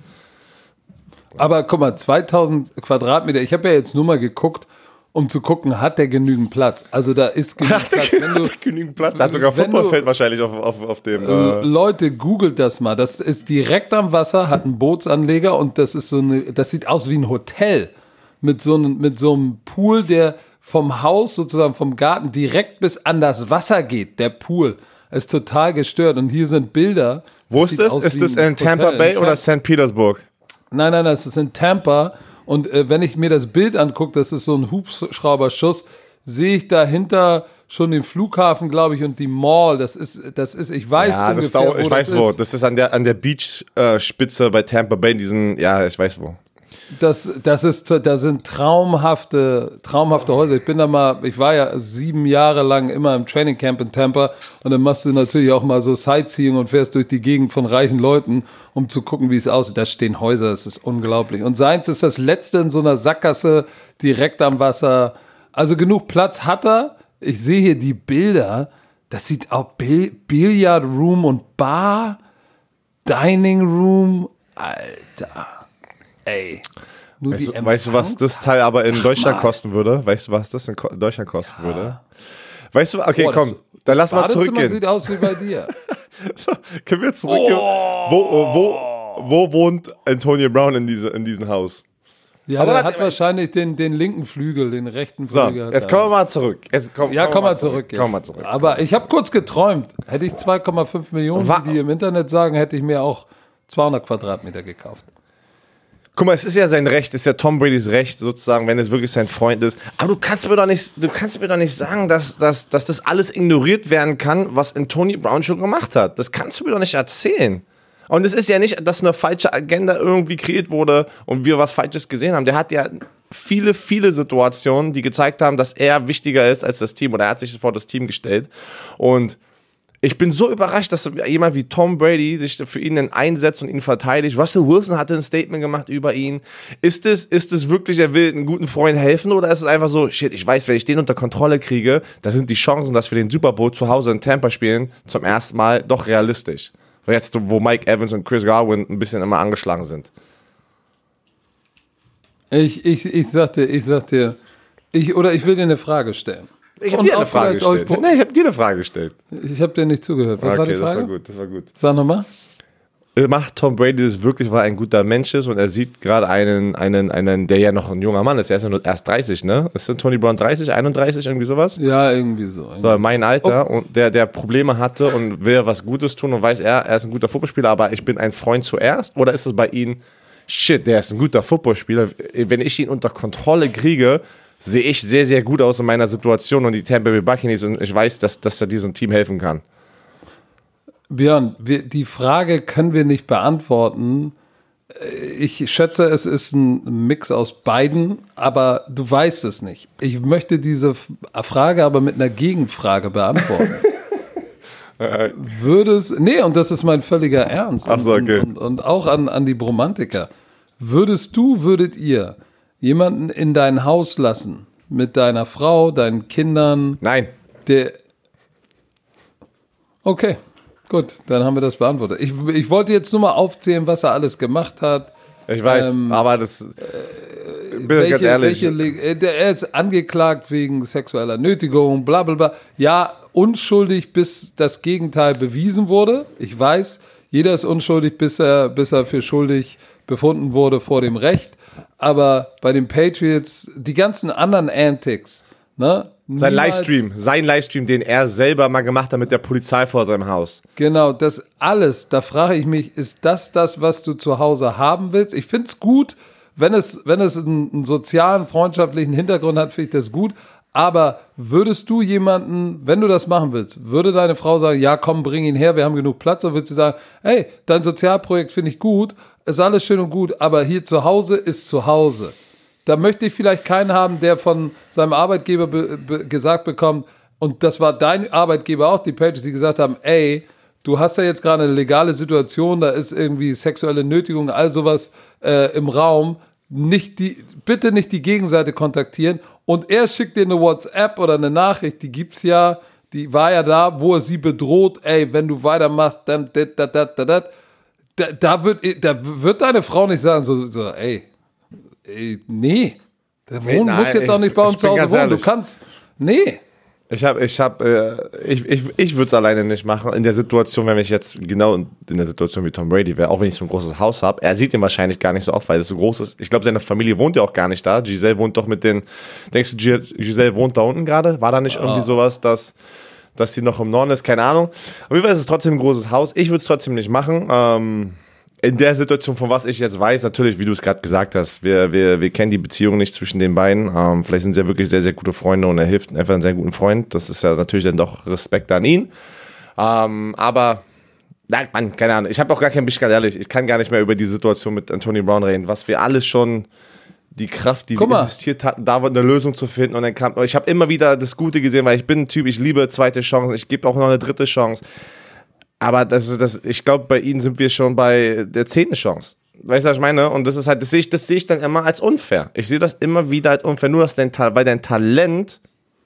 Aber guck mal, zweitausend Quadratmeter, ich habe ja jetzt nur mal geguckt, um zu gucken, hat der genügend Platz? Also da ist genügend hat der, Platz. Wenn du, hat der genügend Platz? Da hat sogar Footballfeld wahrscheinlich auf, auf, auf dem... Äh Leute, googelt das mal. Das ist direkt am Wasser, hat einen Bootsanleger und das ist so eine, das sieht aus wie ein Hotel mit so einem, mit so einem Pool, der vom Haus sozusagen, vom Garten direkt bis an das Wasser geht. Der Pool ist total gestört und hier sind Bilder. Wo ist das? Ist das in Tampa Bay oder Sankt Petersburg? Nein, nein, das ist in Tampa. Und äh, wenn ich mir das Bild angucke, das ist so ein Hubschrauberschuss, sehe ich dahinter schon den Flughafen, glaube ich, und die Mall. Das ist, das ist, ich weiß ja, ungefähr, das dauert, ich wo weiß das wo. ist. Das ist an der, an der Beachspitze bei Tampa Bay, diesen, ja, ich weiß wo. Das, das ist, da sind traumhafte, traumhafte Häuser. Ich bin da mal, ich war ja sieben Jahre lang immer im Training Camp in Tampa und dann machst du natürlich auch mal so Sightseeing und fährst durch die Gegend von reichen Leuten, um zu gucken, wie es aussieht. Da stehen Häuser, das ist unglaublich. Und seins ist das letzte in so einer Sackgasse direkt am Wasser. Also genug Platz hat er. Ich sehe hier die Bilder. Das sieht auch Bill- Billiard Room und Bar, Dining Room. Alter. Ey. Nur Weißt, die du, weißt du, was das Teil aber in Deutschland kosten würde? Weißt du, was das in Ko- Deutschland kosten ja. würde? Weißt du, okay, Boah, komm, das, dann lass mal Badezimmer zurückgehen. Sieht aus wie bei dir. Können wir zurückgehen? Oh. Wo, wo, wo wohnt Antonio Brown in, diese, in diesem Haus? Ja, Aber der warte, hat wahrscheinlich den, den linken Flügel, den rechten So, Flügel. jetzt kommen wir mal zurück. Jetzt komm, Ja, komm, komm mal mal zurück. Komm mal zurück. Aber ich habe kurz geträumt. Hätte ich zwei Komma fünf Millionen, Wa- wie die im Internet sagen, hätte ich mir auch zweihundert Quadratmeter gekauft. Guck mal, es ist ja sein Recht, es ist ja Tom Bradys Recht, sozusagen, wenn es wirklich sein Freund ist. Aber du kannst mir doch nicht, du kannst mir doch nicht sagen, dass, dass, dass das alles ignoriert werden kann, was Antonio Brown schon gemacht hat. Das kannst du mir doch nicht erzählen. Und es ist ja nicht, dass eine falsche Agenda irgendwie kreiert wurde und wir was Falsches gesehen haben. Der hat ja viele, viele Situationen, die gezeigt haben, dass er wichtiger ist als das Team. Oder er hat sich vor das Team gestellt. Und Ich bin so überrascht, dass jemand wie Tom Brady sich für ihn dann einsetzt und ihn verteidigt. Russell Wilson hatte ein Statement gemacht über ihn. Ist es, ist es wirklich, er will einen guten Freund helfen oder ist es einfach so, shit, ich weiß, wenn ich den unter Kontrolle kriege, da sind die Chancen, dass wir den Super Bowl zu Hause in Tampa spielen, zum ersten Mal doch realistisch. Weil jetzt, wo Mike Evans und Chris Godwin ein bisschen immer angeschlagen sind. Ich, ich, ich sag dir, ich sag dir, ich, oder ich will dir eine Frage stellen. Ich habe dir eine Frage gestellt. Nee, ich habe dir eine Frage gestellt. Ich habe dir nicht zugehört. Was okay, war die Frage? das war gut, das war gut. Sag nochmal. Macht Tom Brady das wirklich, weil er ein guter Mensch ist und er sieht gerade einen, einen, einen, der ja noch ein junger Mann ist, er ist ja nur erst dreißig, ne? Ist denn Tony Brown dreißig, einunddreißig, irgendwie sowas? Ja, irgendwie so. So, mein Alter oh. und der, der Probleme hatte und will was Gutes tun und weiß, er, er ist ein guter Footballspieler, aber ich bin ein Freund zuerst? Oder ist es bei ihm, shit, der ist ein guter Footballspieler, wenn ich ihn unter Kontrolle kriege, sehe ich sehr, sehr gut aus in meiner Situation und die Tampa Bay Buccaneers und ich weiß, dass, dass er diesem Team helfen kann. Björn, wir, die Frage können wir nicht beantworten. Ich schätze, es ist ein Mix aus beiden, aber du weißt es nicht. Ich möchte diese Frage aber mit einer Gegenfrage beantworten. Würdest, nee, und das ist mein völliger Ernst. Ach so, okay. Und, und, und auch an, an die Bromantiker. Würdest du, würdet ihr jemanden in dein Haus lassen mit deiner Frau, deinen Kindern? Nein. Der. Okay, gut, dann haben wir das beantwortet. Ich, ich wollte jetzt nur mal aufzählen, was er alles gemacht hat. Ich weiß, ähm, aber das. Äh, bin welche, ganz ehrlich. Welche, er ist angeklagt wegen sexueller Nötigung, bla bla bla. Ja, unschuldig, bis das Gegenteil bewiesen wurde. Ich weiß, jeder ist unschuldig, bis er, bis er für schuldig befunden wurde vor dem Recht. Aber bei den Patriots, die ganzen anderen Antics, ne? Sein Livestream, sein Livestream, den er selber mal gemacht hat mit der Polizei vor seinem Haus. Genau, das alles, da frage ich mich, ist das das, was du zu Hause haben willst? Ich finde es gut, wenn es, wenn es einen, einen sozialen, freundschaftlichen Hintergrund hat, finde ich das gut. Aber würdest du jemanden, wenn du das machen willst, würde deine Frau sagen, ja komm, bring ihn her, wir haben genug Platz, oder würdest du sagen, hey, dein Sozialprojekt finde ich gut, ist alles schön und gut, aber hier zu Hause ist zu Hause. Da möchte ich vielleicht keinen haben, der von seinem Arbeitgeber be- be- gesagt bekommt, und das war dein Arbeitgeber auch, die Patriots, die gesagt haben, ey, du hast ja jetzt gerade eine legale Situation, da ist irgendwie sexuelle Nötigung, all sowas äh, im Raum, nicht die, bitte nicht die Gegenseite kontaktieren, und er schickt dir eine WhatsApp oder eine Nachricht, die gibt's ja, die war ja da, wo er sie bedroht, ey, wenn du weitermachst, dann dat, dat, dat, dat, dat. Da, da, wird, da wird deine Frau nicht sagen, so, so ey, ey, nee, der Wohn Nein, muss jetzt auch nicht bei uns zu Hause wohnen, ehrlich. du kannst, nee. Ich habe, ich habe, äh, ich, ich, ich würde es alleine nicht machen. In der Situation, wenn ich jetzt genau in der Situation wie Tom Brady wäre, auch wenn ich so ein großes Haus habe, er sieht ihn wahrscheinlich gar nicht so oft, weil es so groß ist. Ich glaube, seine Familie wohnt ja auch gar nicht da. Giselle wohnt doch mit den, denkst du, Giselle wohnt da unten gerade? War da nicht irgendwie sowas, dass, dass sie noch im Norden ist? Keine Ahnung. Auf jeden Fall ist es trotzdem ein großes Haus. Ich würde es trotzdem nicht machen. Ähm, In der Situation, von was ich jetzt weiß, natürlich, wie du es gerade gesagt hast, wir, wir, wir kennen die Beziehung nicht zwischen den beiden. Ähm, vielleicht sind sie ja wirklich sehr, sehr gute Freunde und er hilft einfach einen sehr guten Freund. Das ist ja natürlich dann doch Respekt an ihn. Ähm, aber, nein, Mann, keine Ahnung. Ich habe auch gar keinen, bin ich ganz ehrlich, ich kann gar nicht mehr über die Situation mit Antonio Brown reden, was wir alles schon, die Kraft, die Guck wir mal. investiert hatten, da eine Lösung zu finden. Und dann kam, ich habe immer wieder das Gute gesehen, weil ich bin ein Typ, ich liebe zweite Chancen, ich gebe auch noch eine dritte Chance. Aber das ist das, ich glaube, bei ihnen sind wir schon bei der zehnten Chance. Weißt du, was ich meine? Und das ist halt, das sehe ich, das sehe ich dann immer als unfair. Ich sehe das immer wieder als unfair, nur dass dein Talent, weil dein Talent,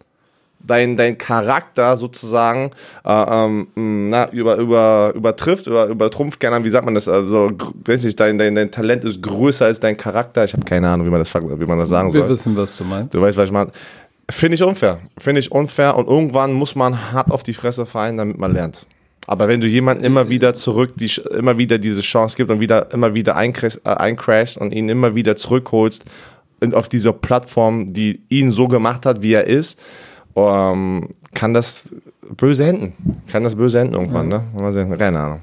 dein, dein Charakter sozusagen äh, ähm, na, über, über, übertrifft, über, übertrumpft, keine Ahnung, wie sagt man das? Also, weiß nicht, dein, dein, dein Talent ist größer als dein Charakter. Ich habe keine Ahnung, wie man das, wie man das sagen Wir soll. Wir wissen, was du meinst. Du weißt, was ich meine. Finde ich unfair. Finde ich unfair und irgendwann muss man hart auf die Fresse fallen, damit man lernt. Aber wenn du jemanden immer wieder zurück, die, immer wieder diese Chance gibt und wieder, immer wieder eincrashst, äh, eincrashst und ihn immer wieder zurückholst und auf dieser Plattform, die ihn so gemacht hat, wie er ist, ähm, kann das böse enden. Kann das böse enden irgendwann, ja. Ne? Mal sehen, keine Ahnung.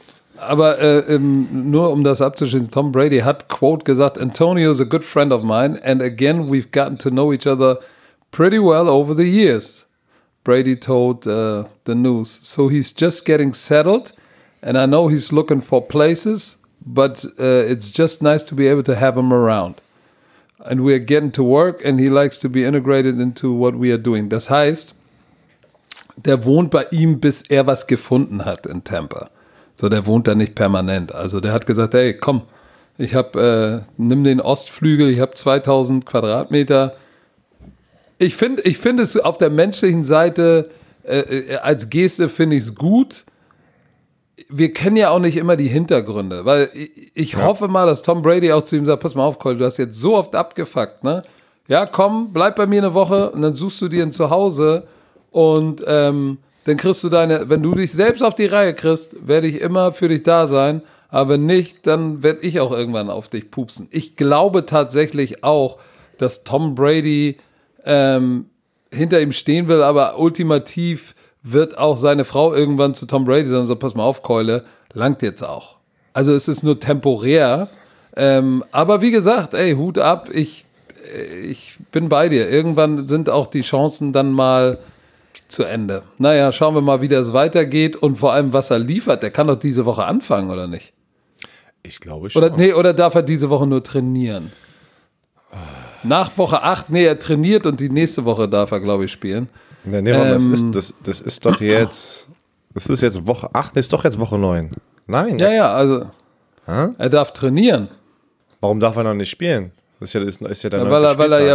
Aber äh, ähm, nur um das abzuschließen, Tom Brady hat, quote, gesagt, Antonio is a good friend of mine and again we've gotten to know each other pretty well over the years. Brady told uh, the news. So he's just getting settled, and I know he's looking for places, but uh, it's just nice to be able to have him around. And we're getting to work, and he likes to be integrated into what we are doing. Das heißt, der wohnt bei ihm, bis er was gefunden hat in Tampa. So, der wohnt da nicht permanent. Also der hat gesagt, hey, komm, ich hab, äh, nimm den Ostflügel, ich habe zweitausend Quadratmeter. Ich finde ich find es auf der menschlichen Seite, äh, als Geste finde ich es gut. Wir kennen ja auch nicht immer die Hintergründe, weil ich, ich ja. hoffe mal, dass Tom Brady auch zu ihm sagt, pass mal auf, Cole, du hast jetzt so oft abgefuckt, ne? Ja, komm, bleib bei mir eine Woche und dann suchst du dir ein Zuhause und ähm, dann kriegst du deine, wenn du dich selbst auf die Reihe kriegst, werde ich immer für dich da sein, aber wenn nicht, dann werde ich auch irgendwann auf dich pupsen. Ich glaube tatsächlich auch, dass Tom Brady ähm, hinter ihm stehen will, aber ultimativ wird auch seine Frau irgendwann zu Tom Brady sagen, so pass mal auf, Keule, langt jetzt auch. Also es ist nur temporär, ähm, aber wie gesagt, ey, Hut ab, ich, ich bin bei dir. Irgendwann sind auch die Chancen dann mal zu Ende. Naja, schauen wir mal, wie das weitergeht und vor allem, was er liefert. Der kann doch diese Woche anfangen, oder nicht? Ich glaube schon. Oder, nee, oder darf er diese Woche nur trainieren? Nach Woche acht, nee, er trainiert und die nächste Woche darf er, glaube ich, spielen. Nee, nee, ähm, das, ist, das, das ist doch jetzt, das ist jetzt Woche acht, nee, ist doch jetzt Woche neun. Nein. Ja, ja, also Hä? er darf trainieren. Warum darf er noch nicht spielen? Das ist ja, ist, ist ja der ja, weil, er, weil er ja...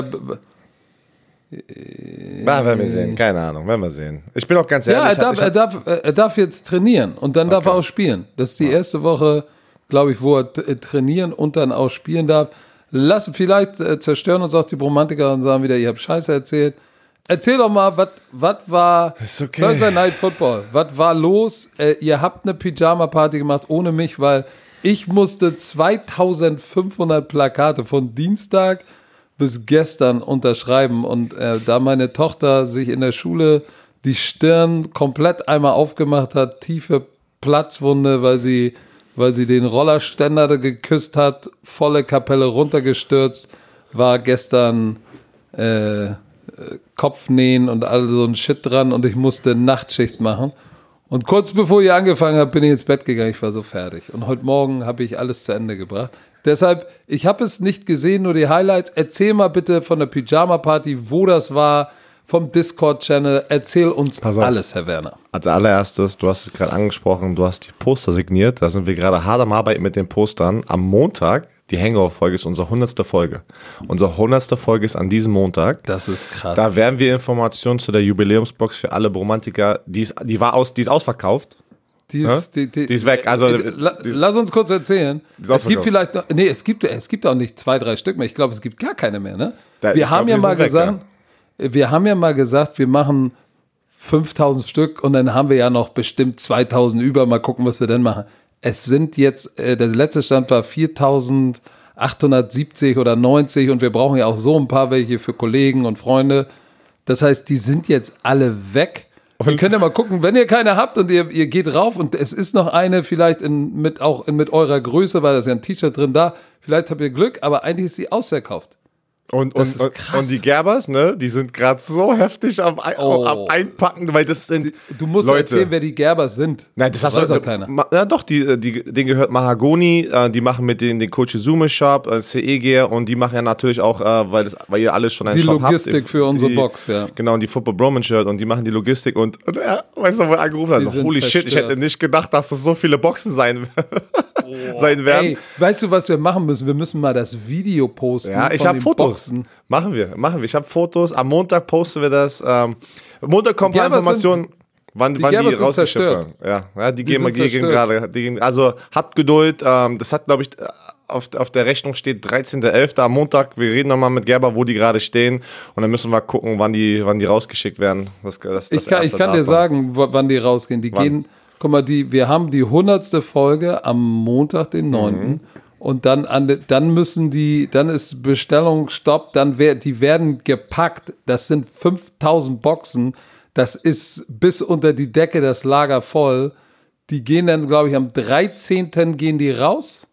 Na, werden wir sehen, keine Ahnung, werden wir sehen. Ich bin auch ganz ehrlich. Ja, er darf, er darf, er darf jetzt trainieren und dann okay. darf er auch spielen. Das ist die erste Woche, glaube ich, wo er t- trainieren und dann auch spielen darf. Lass, vielleicht äh, zerstören uns auch die Bromantiker und sagen wieder, ihr habt Scheiße erzählt. Erzähl doch mal, was war okay. Thursday Night Football? Was war los? Äh, ihr habt eine Pyjama-Party gemacht ohne mich, weil ich musste zweitausendfünfhundert Plakate von Dienstag bis gestern unterschreiben. Und äh, da meine Tochter sich in der Schule die Stirn komplett einmal aufgemacht hat, tiefe Platzwunde, weil sie, weil sie den Rollerständer geküsst hat, volle Kapelle runtergestürzt, war gestern äh, Kopfnähen und all so ein Shit dran und ich musste Nachtschicht machen. Und kurz bevor ich angefangen habe, bin ich ins Bett gegangen. Ich war so fertig. Und heute Morgen habe ich alles zu Ende gebracht. Deshalb, ich habe es nicht gesehen, nur die Highlights. Erzähl mal bitte von der Pyjama-Party, wo das war, vom Discord-Channel. Erzähl uns alles, Herr Werner. Als allererstes, du hast es gerade angesprochen, du hast die Poster signiert. Da sind wir gerade hart am Arbeiten mit den Postern. Am Montag, die Hangover-Folge ist unsere hundertste Folge. Unsere hundertste Folge ist an diesem Montag. Das ist krass. Da werden wir Informationen zu der Jubiläumsbox für alle Bromantiker, die ist, die war aus, die ist ausverkauft. Die ist, ja? die, die, die ist weg. Also, äh, la, die ist, lass uns kurz erzählen. Es gibt vielleicht noch, nee, es gibt, es gibt auch nicht zwei, drei Stück mehr. Ich glaube, es gibt gar keine mehr, ne? Da, wir haben glaub, ja mal weg, gesagt, ja. wir haben ja mal gesagt, wir machen fünftausend Stück und dann haben wir ja noch bestimmt zweitausend über. Mal gucken, was wir denn machen. Es sind jetzt, äh, der letzte Stand war viertausendachthundertsiebzig oder neunzig und wir brauchen ja auch so ein paar welche für Kollegen und Freunde. Das heißt, die sind jetzt alle weg. Und ihr könnt ja mal gucken, wenn ihr keine habt und ihr, ihr geht rauf und es ist noch eine vielleicht in, mit, auch in, mit eurer Größe, weil da ist ja ein T-Shirt drin da, vielleicht habt ihr Glück, aber eigentlich ist sie ausverkauft. Und, und, und, und die Gerbers, ne, die sind gerade so heftig am, oh. am Einpacken, weil das sind Du musst Leute. erzählen, wer die Gerbers sind. Nein, das, das weiß auch keiner. Ja doch, die, die, denen gehört Mahagoni, äh, die machen mit denen den Coach Izume Shop, äh, C E Gear und die machen ja natürlich auch, äh, weil, das, weil ihr alles schon einen die Shop habt. Die Logistik für unsere die, Box, ja. Genau, und die Football Broman Shirt und die machen die Logistik und, und er, weißt du, wo er angerufen hat, so, holy shit, ich hätte nicht gedacht, dass das so viele Boxen sein, oh. sein werden. Ey, weißt du, was wir machen müssen? Wir müssen mal das Video posten. Ja, ich habe Fotos. Boxen. Machen wir, machen wir. Ich habe Fotos. Am Montag posten wir das. Ähm, Montag kommt ein paar Informationen, wann die, wann die rausgeschickt werden. Ja, ja, die, die gehen, die gehen gerade. Also habt Geduld. Ähm, das hat, glaube ich, auf, auf der Rechnung steht dreizehnter elfter am Montag. Wir reden nochmal mit Gerber, wo die gerade stehen. Und dann müssen wir gucken, wann die, wann die rausgeschickt werden. Das, das, das ich kann, ich kann dir sagen, wann die rausgehen. Die wann? gehen, guck mal, die, wir haben die hundertste Folge am Montag, den neunten Mhm. Und dann, an, dann müssen die, dann ist Bestellung Stopp, dann wär, die werden gepackt. Das sind fünftausend Boxen. Das ist bis unter die Decke das Lager voll. Die gehen dann, glaube ich, am dreizehnten gehen die raus.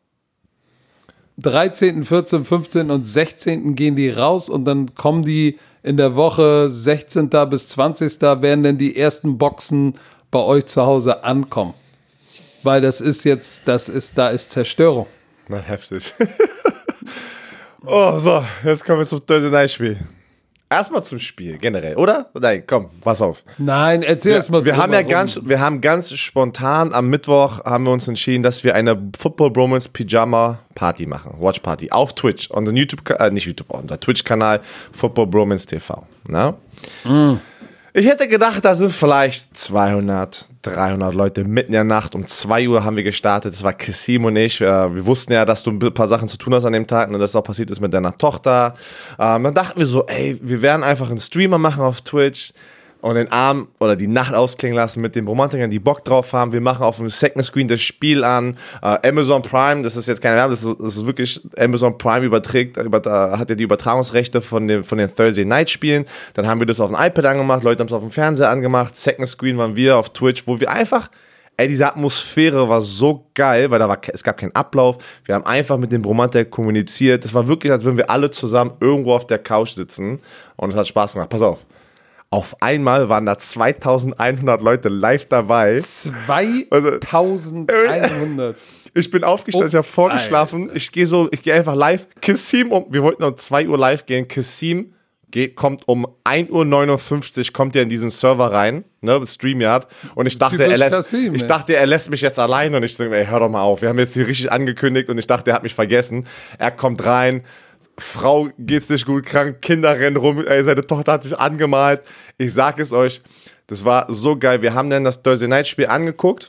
dreizehnten, vierzehnten, fünfzehnten und sechzehnten gehen die raus und dann kommen die in der Woche sechzehnten bis zwanzigsten werden dann die ersten Boxen bei euch zu Hause ankommen. Weil das ist jetzt, das ist, da ist Zerstörung. Na, heftig. Oh, so, jetzt kommen wir zum Thursday Night Spiel. Erstmal zum Spiel, generell, oder? Nein, komm, pass auf. Nein, erzähl erst mal. Wir haben ja ganz, wir haben ganz spontan am Mittwoch haben wir uns entschieden, dass wir eine Football Bromance Pyjama Party machen, Watch Party auf Twitch, unseren YouTube, äh, nicht YouTube, unser Twitch-Kanal Football Bromance T V. Na? Mm. Ich hätte gedacht, da sind vielleicht zweihundert, dreihundert Leute mitten in der Nacht. Um zwei Uhr haben wir gestartet. Das war Kassim und ich. Wir, wir wussten ja, dass du ein paar Sachen zu tun hast an dem Tag und dass das auch passiert ist mit deiner Tochter. Ähm, dann dachten wir so, ey, wir werden einfach einen Streamer machen auf Twitch und den Abend oder die Nacht ausklingen lassen mit den Romantikern, die Bock drauf haben. Wir machen auf dem Second Screen das Spiel an. Äh, Amazon Prime, das ist jetzt keine Werbung, das ist, das ist wirklich, Amazon Prime überträgt, über, äh, hat ja die Übertragungsrechte von, dem, von den Thursday Night Spielen. Dann haben wir das auf dem iPad angemacht, Leute haben es auf dem Fernseher angemacht. Second Screen waren wir auf Twitch, wo wir einfach, ey, diese Atmosphäre war so geil, weil da war, es gab keinen Ablauf. Wir haben einfach mit dem Romantik kommuniziert. Das war wirklich, als würden wir alle zusammen irgendwo auf der Couch sitzen und es hat Spaß gemacht. Pass auf. Auf einmal waren da zweitausendeinhundert Leute live dabei. zweitausendeinhundert. Ich bin aufgestanden, oh, ich habe vorgeschlafen. Alter. Ich gehe so, ich gehe einfach live. Kassim, um, wir wollten um zwei Uhr live gehen. Kassim geht, kommt um ein Uhr neunundfünfzig, kommt er in diesen Server rein, ne, StreamYard. Und ich dachte, er lässt, Kassim, ich dachte, er lässt mich jetzt allein. Und ich dachte, ey, hör doch mal auf. Wir haben jetzt hier richtig angekündigt und ich dachte, er hat mich vergessen. Er kommt rein. Frau geht's nicht gut, krank, Kinder rennen rum, ey, seine Tochter hat sich angemalt. Ich sag es euch, das war so geil. Wir haben dann das Thursday Night Spiel angeguckt,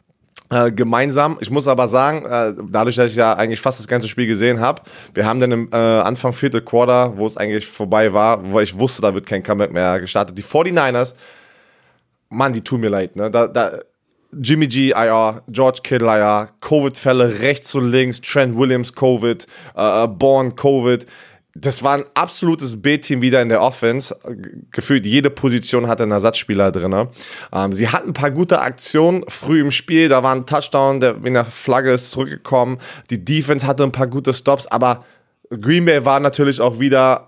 äh, gemeinsam. Ich muss aber sagen, äh, dadurch, dass ich ja eigentlich fast das ganze Spiel gesehen habe, wir haben dann im äh, Anfang vierte Quarter, wo es eigentlich vorbei war, wo ich wusste, da wird kein Comeback mehr gestartet. Die forty-niners, Mann, die tun mir leid, ne? Da, da, Jimmy G, I R, George Kittle, I R, Covid-Fälle rechts und links, Trent Williams, Covid, äh, Bourne, Covid. Das war ein absolutes B-Team wieder in der Offense. Gefühlt jede Position hatte einen Ersatzspieler drin. Ähm, sie hatten ein paar gute Aktionen früh im Spiel. Da war ein Touchdown, der in der Flagge ist zurückgekommen. Die Defense hatte ein paar gute Stops, aber Green Bay war natürlich auch wieder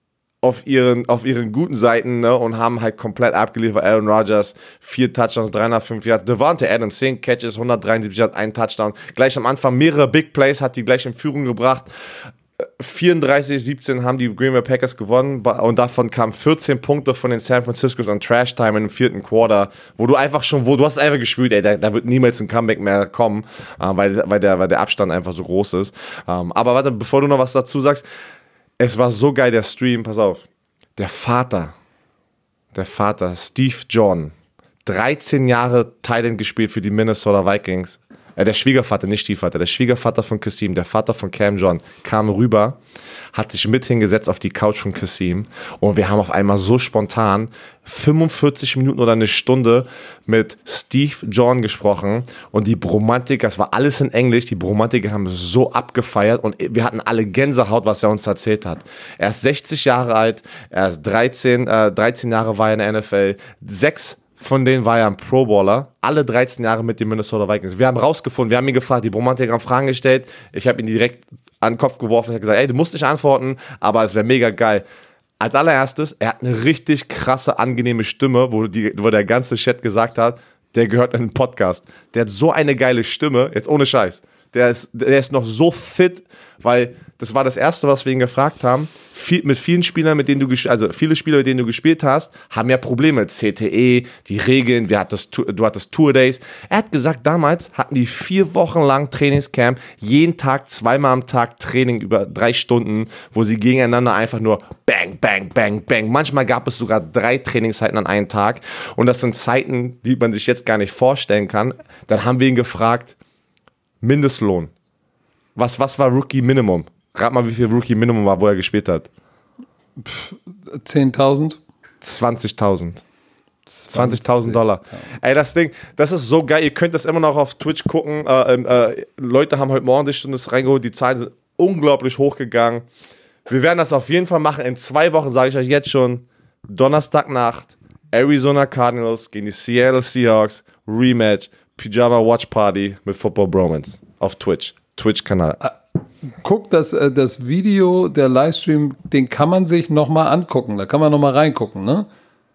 auf ihren, auf ihren guten Seiten, ne, und haben halt komplett abgeliefert. Aaron Rodgers, vier Touchdowns, dreihundertfünf Yards. Devontae Adams, zehn Catches, hundertdreiundsiebzig Yards, ein Touchdown. Gleich am Anfang mehrere Big Plays, hat die gleich in Führung gebracht. vierunddreißig siebzehn haben die Green Bay Packers gewonnen und davon kamen vierzehn Punkte von den San Franciscos an Trash Time im vierten Quarter, wo du einfach schon, wo du hast einfach gespürt, ey, da, da wird niemals ein Comeback mehr kommen, äh, weil, weil, der, weil der Abstand einfach so groß ist. Ähm, aber warte, bevor du noch was dazu sagst, es war so geil, der Stream, pass auf. Der Vater, der Vater, Steve John, dreizehn Jahre Tight End gespielt für die Minnesota Vikings. Äh, der Schwiegervater, nicht Stiefvater, der Schwiegervater von Kassim, der Vater von Cam John, kam rüber, hat sich mit hingesetzt auf die Couch von Kassim und wir haben auf einmal so spontan fünfundvierzig Minuten oder eine Stunde mit Steve John gesprochen und die Bromantiker, das war alles in Englisch, die Bromantiker haben so abgefeiert und wir hatten alle Gänsehaut, was er uns erzählt hat. Er ist sechzig Jahre alt, er ist dreizehn, äh, dreizehn Jahre war er in der N F L, sechs von denen war er ein Pro-Bowler, alle dreizehn Jahre mit den Minnesota Vikings. Wir haben rausgefunden, wir haben ihn gefragt, die Bromantiker haben Fragen gestellt, ich habe ihn direkt an den Kopf geworfen und habe gesagt, ey, du musst nicht antworten, aber es wäre mega geil. Als allererstes, er hat eine richtig krasse, angenehme Stimme, wo, die, wo der ganze Chat gesagt hat, der gehört in einen Podcast. Der hat so eine geile Stimme, jetzt ohne Scheiß. Der ist, der ist noch so fit, weil das war das Erste, was wir ihn gefragt haben. Viel, mit vielen Spielern, mit denen du gespielt, also viele Spieler, mit denen du gespielt hast, haben ja Probleme. C T E, die Regeln, wir hattest, du hattest Tour Days. Er hat gesagt, damals hatten die vier Wochen lang Trainingscamp, jeden Tag, zweimal am Tag Training über drei Stunden, wo sie gegeneinander einfach nur bang, bang, bang, bang. Manchmal gab es sogar drei Trainingszeiten an einem Tag. Und das sind Zeiten, die man sich jetzt gar nicht vorstellen kann. Dann haben wir ihn gefragt, Mindestlohn. Was, was war Rookie Minimum? Rat mal, wie viel Rookie Minimum war, wo er gespielt hat. zehntausend? zwanzigtausend. zwanzigtausend Dollar. Ey, das Ding, das ist so geil. Ihr könnt das immer noch auf Twitch gucken. Äh, äh, Leute haben heute Morgen die Stunde reingeholt. Die Zahlen sind unglaublich hochgegangen. Wir werden das auf jeden Fall machen. In zwei Wochen, sage ich euch jetzt schon, Donnerstagnacht, Arizona Cardinals gegen die Seattle Seahawks, Rematch, Pyjama Watch Party mit Football Bromance auf Twitch. Twitch-Kanal. Guck, das, das Video, der Livestream, den kann man sich nochmal angucken. Da kann man nochmal reingucken, ne?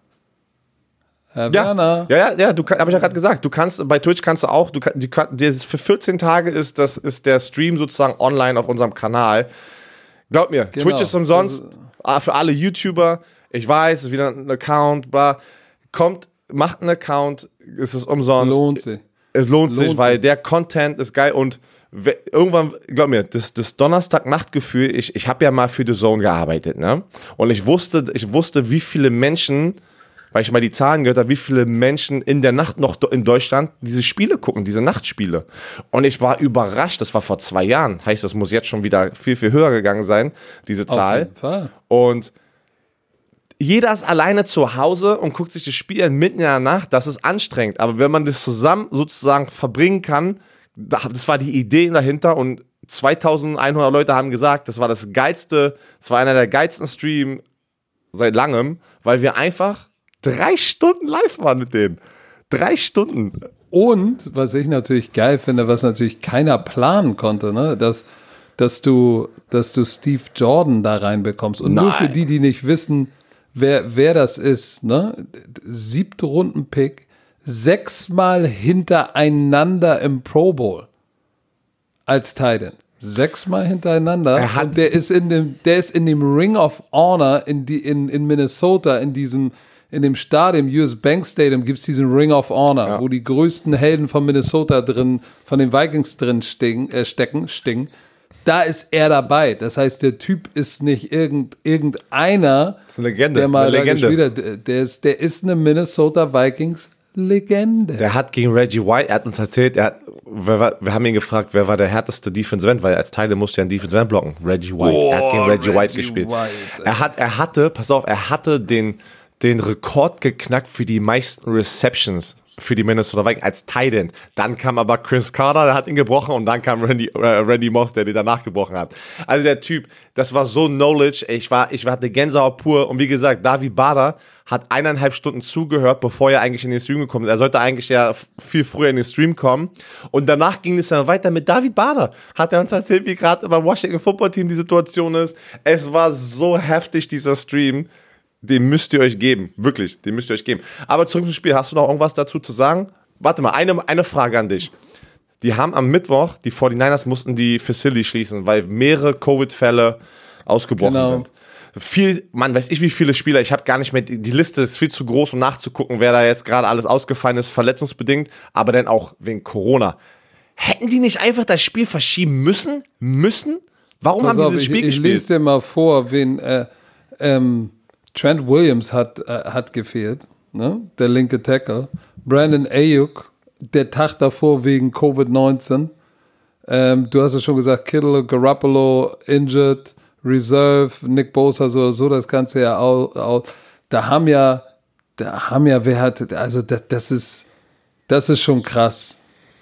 Herr ja, Werner. Ja, ja, ja, du habe ich ja gerade gesagt, du kannst, bei Twitch kannst du auch, du kann, die, die, für vierzehn Tage ist, das, ist der Stream sozusagen online auf unserem Kanal. Glaub mir, genau. Twitch ist umsonst, also, für alle YouTuber. ich weiß, es ist wieder ein Account, bla. Kommt, macht einen Account, es ist umsonst. Lohnt sich. Es lohnt, lohnt sich, weil sich. der Content ist geil und we- irgendwann, glaub mir, das, das Donnerstag-Nachtgefühl, ich, ich habe ja mal für The Zone gearbeitet, ne? Und ich wusste, ich wusste, wie viele Menschen, weil ich mal die Zahlen gehört habe, wie viele Menschen in der Nacht noch in Deutschland diese Spiele gucken, diese Nachtspiele. Und ich war überrascht, das war vor zwei Jahren, heißt, das muss jetzt schon wieder viel, viel höher gegangen sein, diese Zahl. Auf jeden Fall. Und jeder ist alleine zu Hause und guckt sich das Spiel an mitten in der Nacht, das ist anstrengend. Aber wenn man das zusammen sozusagen verbringen kann, das war die Idee dahinter und zweitausendeinhundert Leute haben gesagt, das war das geilste, das war einer der geilsten Streams seit langem, weil wir einfach drei Stunden live waren mit denen. Drei Stunden. Und was ich natürlich geil finde, was natürlich keiner planen konnte, ne, dass, dass, du, dass du Steve Jordan da reinbekommst. Und Nein. nur für die, die nicht wissen, wer, wer das ist, ne, siebte Runden-Pick, sechsmal hintereinander im Pro Bowl als Tight End. Sechsmal hintereinander. Er hat und der ist in dem, der ist in dem Ring of Honor in, die, in, in Minnesota, in diesem, in dem Stadion, U S Bank Stadium, gibt es diesen Ring of Honor, Ja. wo die größten Helden von Minnesota drin, von den Vikings drin stecken, äh, stecken, sting. Da ist er dabei. Das heißt, der Typ ist nicht irgend, irgendeiner, Das ist eine Legende. der mal eine da Legende. gespielt hat. Der- Der ist, der ist eine Minnesota Vikings Legende. Der hat gegen Reggie White, er hat uns erzählt, er hat, wer war, wir haben ihn gefragt, wer war der härteste Defensive End, weil als Teile musste ja ein Defensive End blocken. Reggie White. Oh, er hat gegen Reggie, Reggie White gespielt. White. Er hat, er hatte, pass auf, er hatte den, den Rekord geknackt für die meisten Receptions für die Minnesota Vikings als Tight End. Dann kam aber Chris Carter, der hat ihn gebrochen und dann kam Randy, äh, Randy Moss, der den danach gebrochen hat. Also der Typ, das war so Knowledge, ich war, ich hatte Gänsehaut pur und wie gesagt, David Bader hat eineinhalb Stunden zugehört, bevor er eigentlich in den Stream gekommen ist. Er sollte eigentlich ja viel früher in den Stream kommen und danach ging es dann weiter mit David Bader. Hat er uns erzählt, wie gerade beim Washington Football Team die Situation ist. Es war so heftig, dieser Stream. Den müsst ihr euch geben. Wirklich, den müsst ihr euch geben. Aber zurück zum Spiel. Hast du noch irgendwas dazu zu sagen? Warte mal, eine, eine Frage an dich. Die haben am Mittwoch, die forty-niners mussten die Facility schließen, weil mehrere Covid-Fälle ausgebrochen Genau. sind. Viel, man weiß ich wie viele Spieler, ich habe gar nicht mehr, die, die Liste ist viel zu groß, um nachzugucken, wer da jetzt gerade alles ausgefallen ist, verletzungsbedingt, aber dann auch wegen Corona. Hätten die nicht einfach das Spiel verschieben müssen? Müssen? Warum Pass haben die auf, das ich, Spiel ich gespielt? lese dir mal vor, wen äh, ähm, Trent Williams hat, äh, hat gefehlt, ne? Der linke Tackle. Brandon Ayuk, der Tag davor wegen Covid neunzehn. Ähm, du hast es schon gesagt, Kittle, Garoppolo, injured, Reserve, Nick Bosa, so oder so, das Ganze ja auch. auch. Da haben ja, da haben ja, wer hat, also das, das ist, das ist schon krass.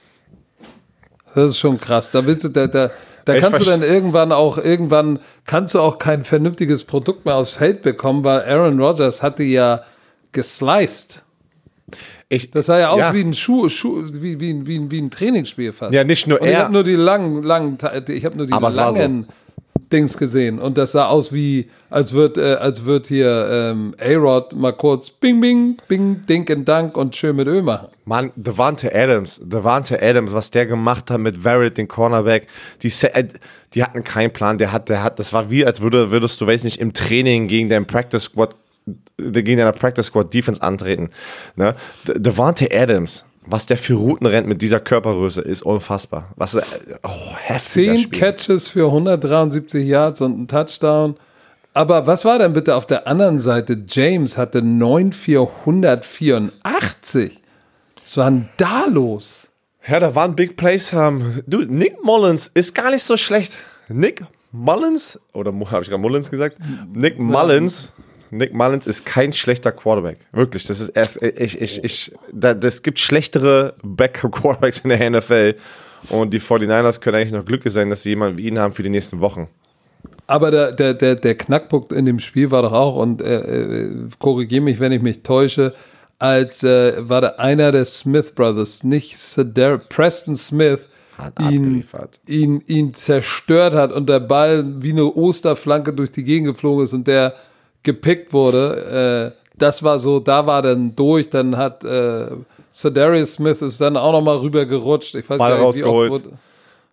Das ist schon krass. Da willst du, da, da, da Ich kannst du verste- dann irgendwann auch, irgendwann kannst du auch kein vernünftiges Produkt mehr aufs Feld bekommen, weil Aaron Rodgers hatte ja gesliced. Ich, Das sah ja aus Ja. wie ein Schuh, Schuh wie, wie, ein- wie, ein- wie ein Trainingsspiel fast. Ja, nicht nur Und ich er. habe nur die langen, langen, ich habe nur die Aber es war so. langen Dings gesehen und das sah aus wie, als wird, äh, als wird hier ähm, A-Rod mal kurz Bing, Bing, Bing, Dink und Dank und schön mit Öl machen. Mann, Devante Adams, Devante Adams, was der gemacht hat mit Verrett, den Cornerback, die, Se- äh, die hatten keinen Plan, der hat, der hat, das war wie, als würde, würdest du, weiß nicht, im Training gegen deinen Practice Squad, äh, gegen deine Practice Squad Defense antreten, ne? De- Devante Adams, was der für Routen rennt mit dieser Körpergröße, ist unfassbar. Was, äh, oh, heftiger Zehn Spiel. Catches für hundertdreiundsiebzig Yards und ein Touchdown. Aber was war denn bitte auf der anderen Seite? James hatte neun vierhundertvierundachtzig. Was war denn da los? Ja, da waren Big Plays. Ähm, du, Nick Mullins ist gar nicht so schlecht. Nick Mullins, oder habe ich gerade Mullins gesagt? Nick Mullins, Nick Mullins ist kein schlechter Quarterback. Wirklich, das ist erst, ich, ich, ich, da, das gibt schlechtere Backup-Quarterbacks in der N F L. Und die forty-niners können eigentlich noch glücklich sein, dass sie jemanden wie ihn haben für die nächsten Wochen. Aber der, der, der, der Knackpunkt in dem Spiel war doch auch, und äh, äh, korrigiere mich, wenn ich mich täusche, als äh, war da einer der Smith Brothers, nicht Cedar, Preston Smith, Hat ihn, abgeliefert. ihn, ihn zerstört hat und der Ball wie eine Osterflanke durch die Gegend geflogen ist und der gepickt wurde. Äh, das war so, da war dann durch, dann hat äh, Cedarius Smith ist dann auch nochmal rüber gerutscht. Ich weiß Ball gar nicht, wie oft rausgeholt. wurde,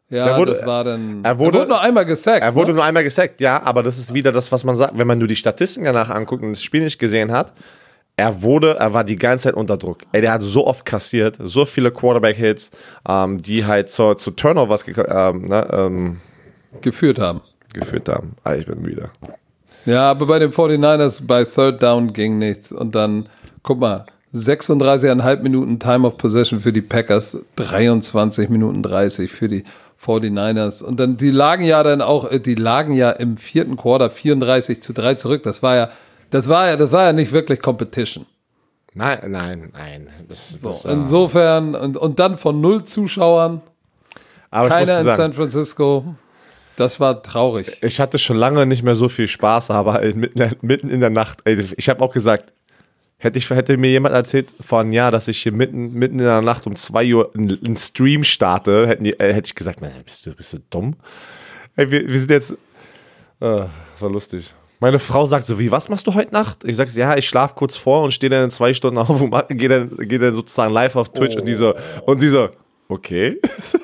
Ja, wurde, das war dann. Er wurde, er wurde nur einmal gesackt. Er wurde ne? nur einmal gesackt, ja, aber das ist wieder das, was man sagt, wenn man nur die Statistiken danach anguckt und das Spiel nicht gesehen hat. Er wurde, er war die ganze Zeit unter Druck. Ey, der hat so oft kassiert, so viele Quarterback-Hits, ähm, die halt zu, zu Turnovers ähm, ne, ähm, geführt haben. geführt haben. Ah, ich bin müde. Ja, aber bei den forty-niners bei Third Down ging nichts. Und dann, guck mal, sechsunddreißig Komma fünf Minuten Time of Possession für die Packers, dreiundzwanzig Minuten dreißig für die forty-niners. Und dann, die lagen ja dann auch, die lagen ja im vierten Quarter vierunddreißig zu drei zurück. Das war ja, das war ja, das war ja nicht wirklich Competition. Nein, nein, nein. Das, So, das, insofern, und, und dann von null Zuschauern, aber keiner in sagen, San Francisco. Das war traurig. Ich hatte schon lange nicht mehr so viel Spaß, aber mitten, mitten in der Nacht, ey, ich habe auch gesagt, hätte, ich, hätte mir jemand erzählt vor einem Jahr, dass ich hier mitten, mitten in der Nacht um zwei Uhr einen, einen Stream starte, hätten die, äh, hätte ich gesagt, bist du, bist du dumm? Ey, wir, wir sind jetzt, äh, das war lustig. Meine Frau sagt so, wie, was machst du heute Nacht? Ich sag, ja, ich schlafe kurz vor und stehe dann in zwei Stunden auf und gehe dann, geh dann sozusagen live auf Twitch oh. und die so, und sie so, okay.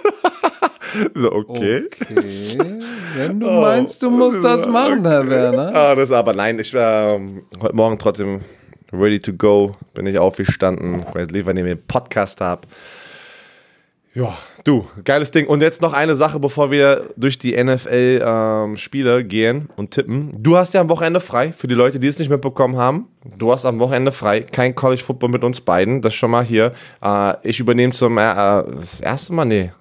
So, okay. Okay. Wenn du meinst, du musst oh, das machen, okay. Herr Werner. Ah, das aber nein, ich war ähm, heute Morgen trotzdem ready to go. Bin ich aufgestanden, weil ich lieber neben dem Podcast habe. Ja, du, geiles Ding. Und jetzt noch eine Sache, bevor wir durch die N F L-Spiele ähm, gehen und tippen. Du hast ja am Wochenende frei, für die Leute, die es nicht mitbekommen haben. Du hast am Wochenende frei, kein College Football mit uns beiden. Das schon mal hier. Äh, ich übernehme zum äh, das erste Mal, nee.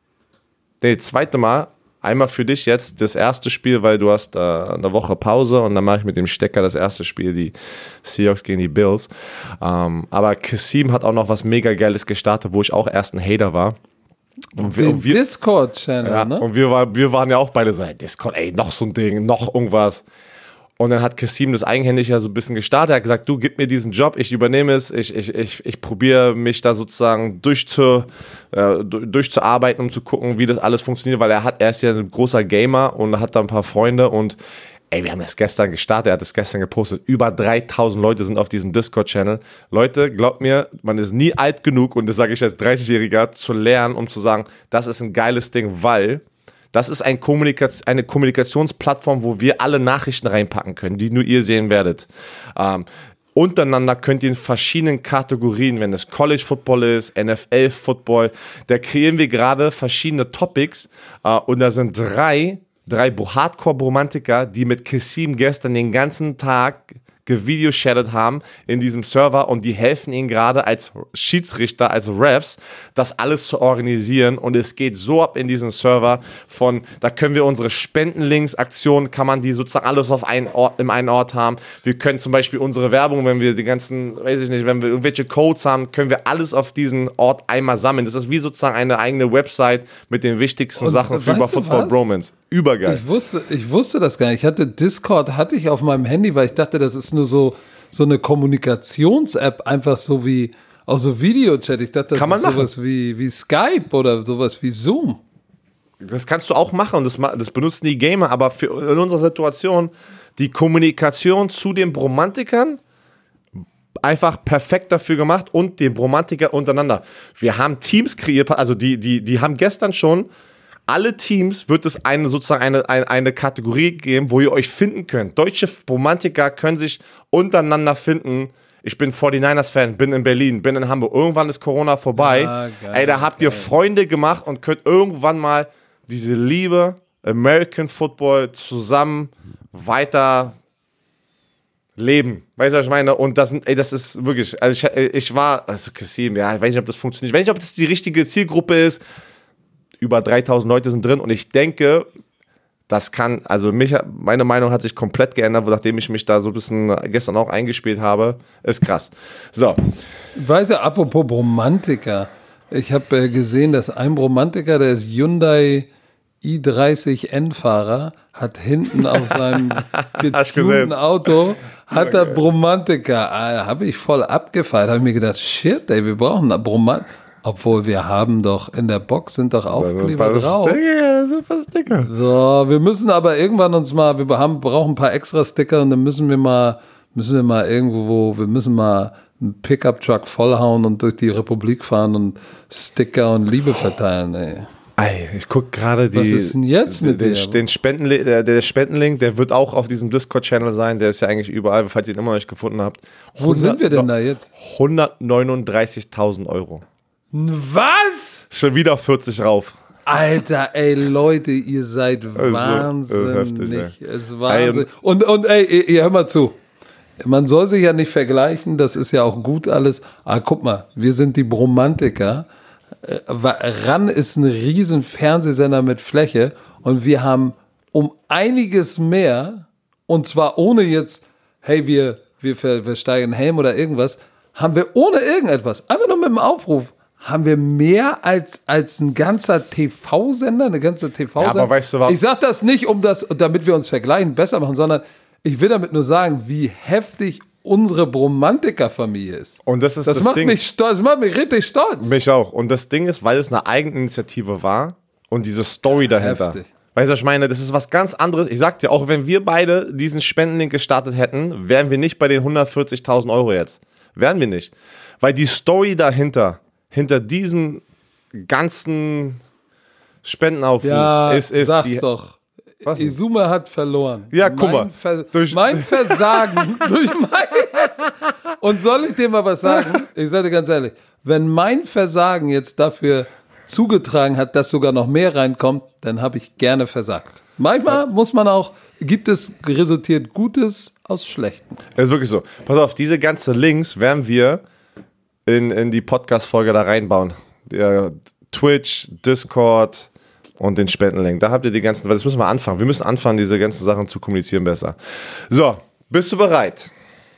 Nee, zweite Mal, einmal für dich jetzt das erste Spiel, weil du hast äh, eine Woche Pause und dann mache ich mit dem Stecker das erste Spiel, die Seahawks gegen die Bills. Ähm, aber Kasim hat auch noch was mega Geiles gestartet, wo ich auch erst ein Hater war. Und wir, den Discord-Channel, ja, ne? Und wir, war, wir waren ja auch beide so, hey, Discord, ey, noch so ein Ding, noch irgendwas. Und dann hat Kasim das eigenhändig ja so ein bisschen gestartet. Er hat gesagt, du, gib mir diesen Job, ich übernehme es, ich, ich, ich, ich probiere mich da sozusagen durchzu, äh, durchzuarbeiten, um zu gucken, wie das alles funktioniert, weil er hat, er ist ja ein großer Gamer und hat da ein paar Freunde und ey, wir haben das gestern gestartet, er hat das gestern gepostet, über dreitausend Leute sind auf diesem Discord-Channel. Leute, glaubt mir, man ist nie alt genug, und das sage ich als dreißigjähriger, zu lernen, um zu sagen, das ist ein geiles Ding, weil das ist ein Kommunikaz- eine Kommunikationsplattform, wo wir alle Nachrichten reinpacken können, die nur ihr sehen werdet. Ähm, untereinander könnt ihr in verschiedenen Kategorien, wenn es College Football ist, N F L Football, da kreieren wir gerade verschiedene Topics äh, und da sind drei, drei Hardcore-Bromantiker, die mit Kasim gestern den ganzen Tag gevideochattet haben in diesem Server und die helfen ihnen gerade als Schiedsrichter, als Refs, das alles zu organisieren, und es geht so ab in diesen Server von, da können wir unsere Spendenlinks, Aktionen, kann man die sozusagen alles auf einen Ort, in einen Ort haben. Wir können zum Beispiel unsere Werbung, wenn wir die ganzen, weiß ich nicht, wenn wir irgendwelche Codes haben, können wir alles auf diesen Ort einmal sammeln. Das ist wie sozusagen eine eigene Website mit den wichtigsten und Sachen für über Football Bromance. Übergeil. Ich wusste, ich wusste das gar nicht. Ich hatte Discord, hatte ich auf meinem Handy, weil ich dachte, das ist nur so, so eine Kommunikations-App, einfach so wie, auch so Videochat. Ich dachte, das Kann man ist machen. sowas wie, wie Skype oder sowas wie Zoom. Das kannst du auch machen und das, das benutzen die Gamer, aber für, in unserer Situation die Kommunikation zu den Bromantikern einfach perfekt dafür gemacht und den Bromantiker untereinander. Wir haben Teams kreiert, also die, die, die haben gestern schon alle Teams, wird es eine sozusagen eine, eine, eine Kategorie geben, wo ihr euch finden könnt. Deutsche Romantiker können sich untereinander finden. Ich bin forty-niners-Fan, bin in Berlin, bin in Hamburg. Irgendwann ist Corona vorbei. Ja, geil, Ey, da habt geil. ihr Freunde gemacht und könnt irgendwann mal diese Liebe American Football zusammen weiter leben. Weißt du, was ich meine? Und das, ey, das ist wirklich, also ich, ich war, also Kasim, ja, ich weiß nicht, ob das funktioniert. Ich weiß nicht, ob das die richtige Zielgruppe ist. Über dreitausend Leute sind drin und ich denke, das kann, also mich, meine Meinung hat sich komplett geändert, nachdem ich mich da so ein bisschen gestern auch eingespielt habe. Ist krass. So. Weißt du, apropos Bromantiker, ich habe äh, gesehen, dass ein Bromantiker, der ist Hyundai i dreißig N-Fahrer, hat hinten auf seinem getunten Auto, hat er Bromantiker. Ah, habe ich voll abgefeiert. Habe mir gedacht, shit, ey, wir brauchen Bromantiker. Obwohl wir haben doch, in der Box sind doch Aufkleber drauf. Sticker, sind ein paar Sticker. So, wir müssen aber irgendwann uns mal, wir haben, brauchen ein paar extra Sticker und dann müssen wir mal, müssen wir mal irgendwo, wir müssen mal einen Pickup-Truck vollhauen und durch die Republik fahren und Sticker und Liebe verteilen, ey. Ey, ich gucke gerade die. Was ist denn jetzt mit den, dir? den Spendenlink, der, der Spendenlink, der wird auch auf diesem Discord-Channel sein. Der ist ja eigentlich überall, falls ihr ihn immer noch nicht gefunden habt. Wo sind wir denn da jetzt? hundertneununddreißigtausend Euro. Was? Schon wieder vierzig rauf. Alter, ey, Leute, ihr seid Also, wahnsinnig. heftig, ey. Es ist Wahnsinn. Und, und ey, ihr, ihr hör mal zu. Man soll sich ja nicht vergleichen, das ist ja auch gut alles. Aber guck mal, wir sind die Bromantiker. Äh, RAN ist ein riesen Fernsehsender mit Fläche und wir haben um einiges mehr, und zwar ohne jetzt, hey, wir, wir versteigen Helm oder irgendwas, haben wir ohne irgendetwas, einfach nur mit dem Aufruf, haben wir mehr als, als ein ganzer T V-Sender, eine ganze T V-Sender. Ja, aber weißt du was? Ich sage das nicht, um das, damit wir uns vergleichen, besser machen, sondern ich will damit nur sagen, wie heftig unsere Bromantiker-Familie ist. Und das ist das, das macht Ding. mich stolz, das macht mich richtig stolz. Mich auch. Und das Ding ist, weil es eine Eigeninitiative war und diese Story dahinter. Heftig. Weißt du, was ich meine? Das ist was ganz anderes. Ich sag dir, auch wenn wir beide diesen Spendenlink gestartet hätten, wären wir nicht bei den hundertvierzigtausend Euro jetzt. Wären wir nicht. Weil die Story dahinter, hinter diesem ganzen Spendenaufruf Ja, ist, ist sag's die. doch. Was denn? Izuma hat verloren. Ja, guck mal. Mein, Ver Durch- mein Versagen durch mein Und soll ich dir mal was sagen? Ich sage dir ganz ehrlich, wenn mein Versagen jetzt dafür zugetragen hat, dass sogar noch mehr reinkommt, dann habe ich gerne versagt. Manchmal muss man auch, gibt es resultiert Gutes aus Schlechtem. Das ist wirklich so. Pass auf, diese ganzen Links werden wir in, in die Podcast-Folge da reinbauen. Ja, Twitch, Discord und den Spendenlink. Da habt ihr die ganzen, weil das müssen wir anfangen. Wir müssen anfangen, diese ganzen Sachen zu kommunizieren besser. So, bist du bereit?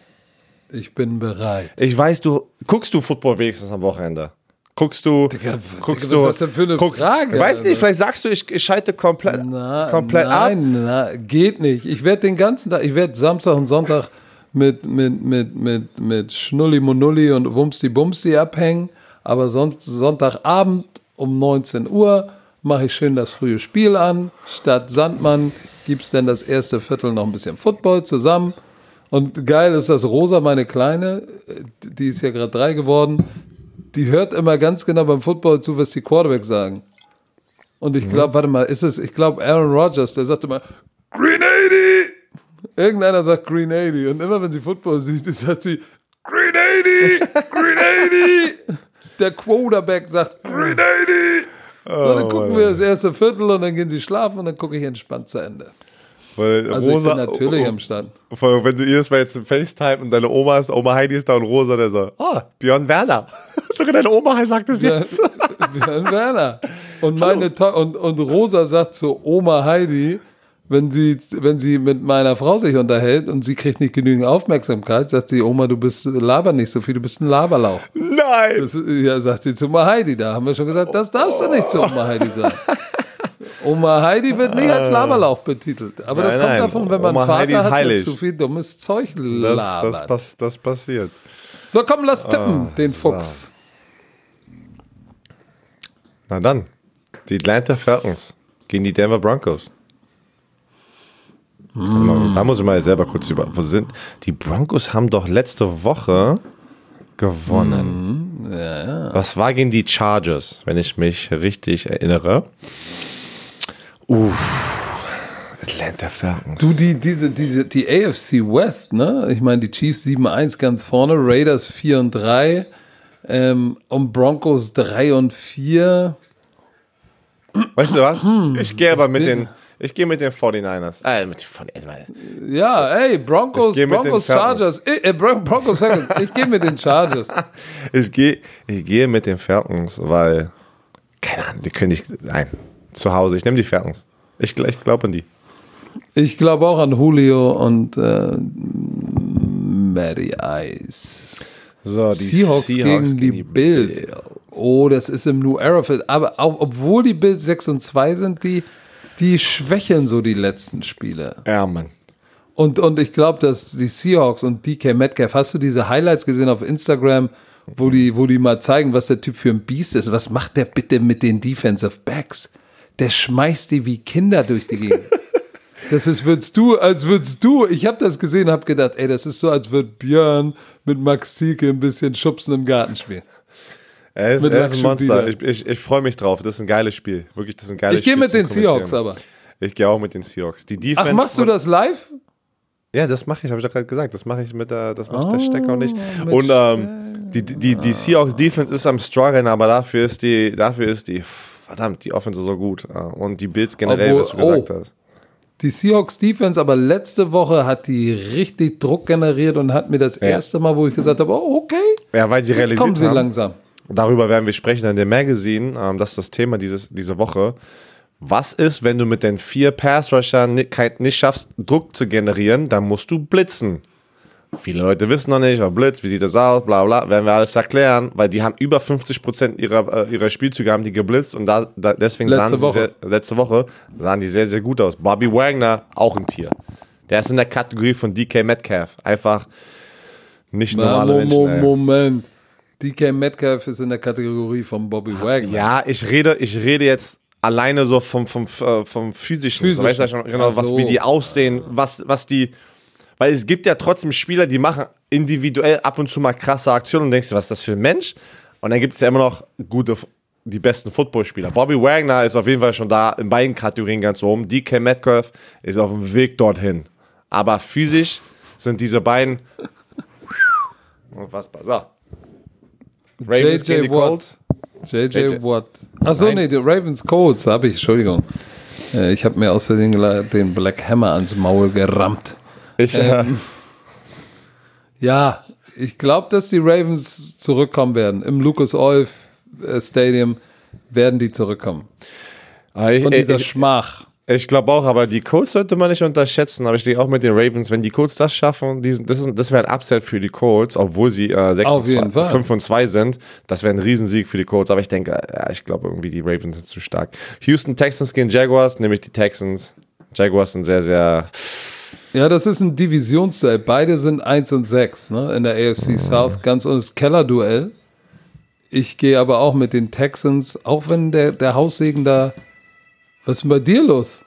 Ich bin bereit. Ich weiß, du guckst du Football wenigstens am Wochenende. Guckst du, Digga, guckst Digga, du, was ist das denn für eine guckst, Frage, Weiß nicht, Alter? vielleicht sagst du, ich, ich schalte komplett, Na, komplett ab. nein, na, geht nicht. Ich werde den ganzen Tag, ich werde Samstag und Sonntag mit, mit, mit, mit, mit Schnulli Munulli und Wumsti Bumsti abhängen, aber Son- Sonntagabend um neunzehn Uhr mache ich schön das frühe Spiel an. Statt Sandmann gibt es dann das erste Viertel noch ein bisschen Football zusammen. Und geil ist, dass Rosa, meine Kleine, die ist ja gerade drei geworden, die hört immer ganz genau beim Football zu, was die Quarterbacks sagen. Und ich glaube, warte mal, ist es, ich glaube, Aaron Rodgers, der sagt immer, Green achtzig! Irgendeiner sagt Green achtzig. Und immer, wenn sie Football sieht, sagt sie, Green achtzig! Green achtzig! Der Quarterback sagt, Green achtzig! So, dann gucken wir das erste Viertel und dann gehen sie schlafen und dann gucke ich entspannt zu Ende. Weil Also Rosa, ich bin natürlich oh, am Start. Vor allem, wenn du jedes Mal jetzt im FaceTime und deine Oma ist, Oma Heidi ist da und Rosa, der so, ah, Björn Werner. Sogar deine Oma sagt es jetzt. Björn Werner. Und, meine to- und, und Rosa sagt zu Oma Heidi, wenn sie, wenn sie mit meiner Frau sich unterhält und sie kriegt nicht genügend Aufmerksamkeit, sagt sie, Oma, du bist laber nicht so viel, du bist ein Laberlauch. Nein! Das, ja, sagt sie zu Oma Heidi. Da haben wir schon gesagt, das darfst du nicht zu Oma Heidi sagen. Oma Heidi wird nicht als Laberlauch betitelt. Aber das Nein, kommt nein. davon, wenn man Oma einen Heidi Vater ist hat, der heilig. zu viel dummes Zeug Das, labert. das, pass, das passiert. So, komm, lass tippen, Ah, den Fuchs. Na dann, die Atlanta Falcons gegen die Denver Broncos. Mm. Da muss ich mal selber kurz über. Wo sind die Broncos? Haben doch letzte Woche gewonnen. Mm, ja, ja. Was war gegen die Chargers, wenn ich mich richtig erinnere? Uff, Atlanta Falcons. Du, die, diese, diese, die A F C West, ne? Ich meine, die Chiefs sieben eins ganz vorne, Raiders vier und drei ähm, und Broncos drei und vier. Weißt du was? Ich gehe aber mit den, ich gehe mit den forty-niners. Äh, mit den forty-niners. Ja, ey, Broncos, Ich geh mit Broncos den Falcons. Chargers. Ich, äh, Bron- Broncos Falcons. Ich gehe mit den Chargers. Ich gehe, ich gehe mit den Falcons, weil, keine Ahnung, die können nicht, nein, zu Hause. Ich nehme die Falcons. Ich, ich glaube an die. Ich glaube auch an Julio und äh, Matty Ice. So, Seahawks, gegen die, Bills. Oh, das ist im New Arrowfield. Aber auch, obwohl die Bills sechs und zwei sind, die, die schwächeln so die letzten Spiele. Ja, Mann. Und, und ich glaube, dass die Seahawks und D K Metcalf, hast du diese Highlights gesehen auf Instagram, wo die, wo die mal zeigen, was der Typ für ein Biest ist? Was macht der bitte mit den Defensive Backs? Der schmeißt die wie Kinder durch die Gegend. Das ist, würdest du, als würdest du, ich habe das gesehen und habe gedacht, ey, das ist so, als würde Björn mit Max Zielke ein bisschen schubsen im Garten spielen. Er ist, Mit er ist ein Monster. Dieter. Ich, ich, ich freue mich drauf. Das ist ein geiles Spiel. Wirklich, das ist ein geiles Ich gehe Spiel. mit zum den Seahawks Kommentieren. aber. Ich gehe auch mit den Seahawks. Die Defense Ach, machst du von- das live? Ja, das mache ich, habe ich doch gerade gesagt. Das mache ich mit der, das macht Oh, der Stecker nicht. mit Und ähm, die, die, die Seahawks Defense ist am struggeln, aber dafür ist die, dafür ist die, verdammt, die Offense so gut. Und die Bills generell, Obwohl- was du gesagt oh. hast. Die Seahawks Defense, aber letzte Woche hat die richtig Druck generiert und hat mir das Ja. erste Mal, wo ich gesagt habe, oh, okay, Ja, weil sie jetzt realisiert kommen sie haben, langsam. darüber werden wir sprechen in dem Magazine, ähm, das ist das Thema dieses, diese Woche. Was ist, wenn du mit den vier Pass-Rushern nicht, nicht schaffst, Druck zu generieren, dann musst du blitzen. Viele Leute wissen noch nicht, oh, Blitz, wie sieht das aus, bla bla, werden wir alles erklären, weil die haben über fünfzig Prozent ihrer, äh, ihrer Spielzüge haben die geblitzt und da, da, deswegen Letzte sahen sie Woche. sehr, letzte Woche sahen die sehr, sehr gut aus. Bobby Wagner, auch ein Tier. Der ist in der Kategorie von D K Metcalf. Einfach nicht normale Mo- Menschen. Mo- ey. Moment. D K Metcalf ist in der Kategorie von Bobby Wagner. Ja, ich rede, ich rede jetzt alleine so vom, vom, äh, vom physischen. Physischen. So, weißt du schon genau, Ach was, so. wie die aussehen, was, was die. Weil es gibt ja trotzdem Spieler, die machen individuell ab und zu mal krasse Aktionen und denkst dir, was ist das für ein Mensch? Und dann gibt es ja immer noch gute, die besten Footballspieler. Bobby Wagner ist auf jeden Fall schon da in beiden Kategorien ganz oben. D K Metcalf ist auf dem Weg dorthin. Aber physisch sind diese beiden unfassbar. So. Ravens J J gegen die Watt. Colts. J J J J Watt. Achso, Nein. nee, die Ravens Colts habe ich, Entschuldigung. Äh, Ich habe mir außerdem gela- den Black Hammer ans Maul gerammt. Ich, äh, Ja, ich glaube, dass die Ravens zurückkommen werden. Im Lucas Oil äh, Stadium werden die zurückkommen. äh, ich, Von dieser ich, Schmach. Ich glaube auch, aber die Colts sollte man nicht unterschätzen. Aber ich denke auch mit den Ravens, wenn die Colts das schaffen, die, sind- das, ist- das wäre ein Upset für die Colts, obwohl sie äh, sechs Auf und jeden zwei, Fall. fünf und zwei sind. Das wäre ein Riesensieg für die Colts. Aber ich denke, äh, ja, ich glaube irgendwie, die Ravens sind zu stark. Houston Texans gegen Jaguars, nämlich die Texans. Jaguars sind sehr, sehr. Ja, das ist ein Divisionsduell. Beide sind eins und sechs, ne? In der A F C South. Ganz und das Keller-Duell. Ich gehe aber auch mit den Texans, auch wenn der, der Haussegen da. Was ist denn bei dir los?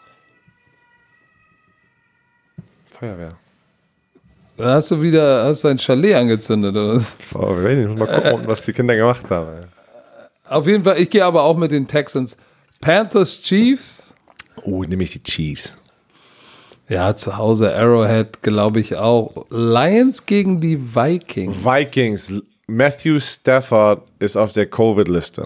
Feuerwehr. Da hast du wieder, hast dein Chalet angezündet, oder was? Oh, ich weiß nicht, ich muss mal gucken, was die Kinder gemacht haben. Auf jeden Fall, ich gehe aber auch mit den Texans. Panthers, Chiefs. Oh, nämlich die Chiefs. Ja, zu Hause Arrowhead, glaube ich auch. Lions gegen die Vikings. Vikings. Matthew Stafford ist auf der Covid-Liste.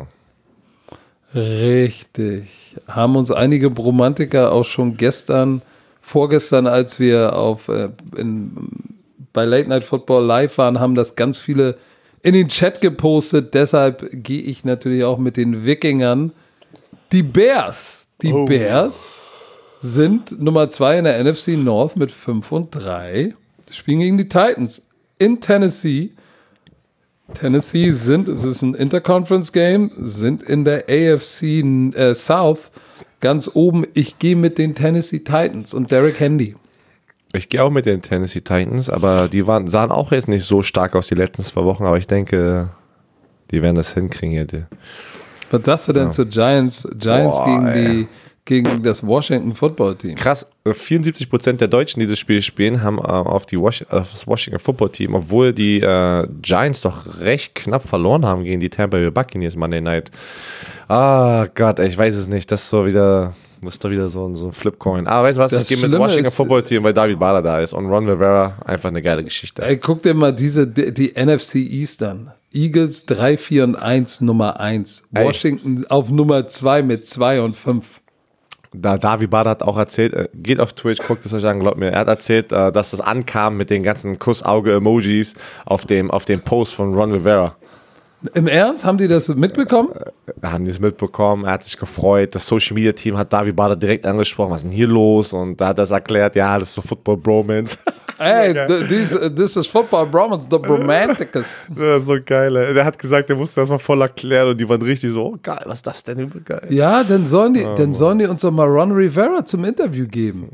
Richtig. Haben uns einige Bromantiker auch schon gestern, vorgestern, als wir auf äh, in, bei Late Night Football live waren, haben das ganz viele in den Chat gepostet. Deshalb gehe ich natürlich auch mit den Wikingern. Die Bears. Die Oh. Bears sind Nummer zwei in der N F C North mit fünf und drei. Spielen gegen die Titans in Tennessee. Tennessee sind, es ist ein Interconference-Game, sind in der A F C äh, South ganz oben. Ich gehe mit den Tennessee Titans und Derrick Henry. Ich gehe auch mit den Tennessee Titans, aber die waren, sahen auch jetzt nicht so stark aus die letzten zwei Wochen, aber ich denke, die werden das hinkriegen hier. Die. Was sagst du denn zu Giants? Giants Boah, gegen, ey. die, gegen das Washington Football Team. Krass, vierundsiebzig Prozent der Deutschen, die das Spiel spielen, haben äh, auf, die Was- auf das Washington Football Team, obwohl die äh, Giants doch recht knapp verloren haben gegen die Tampa Bay Buccaneers Monday Night. Ah Gott, ey, ich weiß es nicht, das ist so wieder... Das ist doch wieder so ein, so ein Flipcoin. Aber weißt du was, Das ich gehe mit Schlimme Washington ist- Football Team, weil David Bader da ist. Und Ron Rivera, einfach eine geile Geschichte. Ey, guck dir mal diese, die, die N F C East an. Eagles drei, vier und eins, Nummer eins. Ey. Washington auf Nummer zwei mit zwei und fünf. Da David Bader hat auch erzählt, äh, geht auf Twitch, guckt es euch an, glaubt mir, er hat erzählt, äh, dass das ankam mit den ganzen Kussauge-Emojis auf dem, auf dem Post von Ron Rivera. Im Ernst? Haben die das mitbekommen? Wir haben das mitbekommen, er hat sich gefreut, das Social Media Team hat David Bader direkt angesprochen, was ist denn hier los? Und da hat er es erklärt, ja, das ist so Football Bromance. Ey, th- this, this is Football Bromance, the Romanticus. Das ist so geil, ey. Der hat gesagt, er musste das mal voll erklären und die waren richtig so, oh geil, was ist das denn übergeil? Ja, dann sollen die, dann sollen die uns doch mal Ron Rivera zum Interview geben.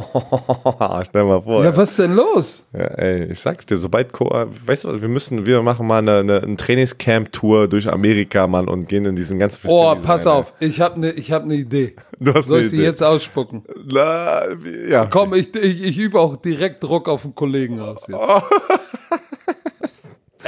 Stell mal vor. Ja, was ist denn los? Ja, ey, ich sag's dir, sobald, Co- äh, weißt du was, wir müssen, wir machen mal eine, eine, eine Trainingscamp-Tour durch Amerika, Mann, und gehen in diesen ganzen Oh, Facilities pass rein, auf, ich habe eine ich hab ne Idee. Du hast Soll eine ich sie Idee. jetzt ausspucken? Na, wie- ja. Komm, ich, ich, ich übe auch direkt Druck auf den Kollegen aus. Jetzt. Oh. Ey,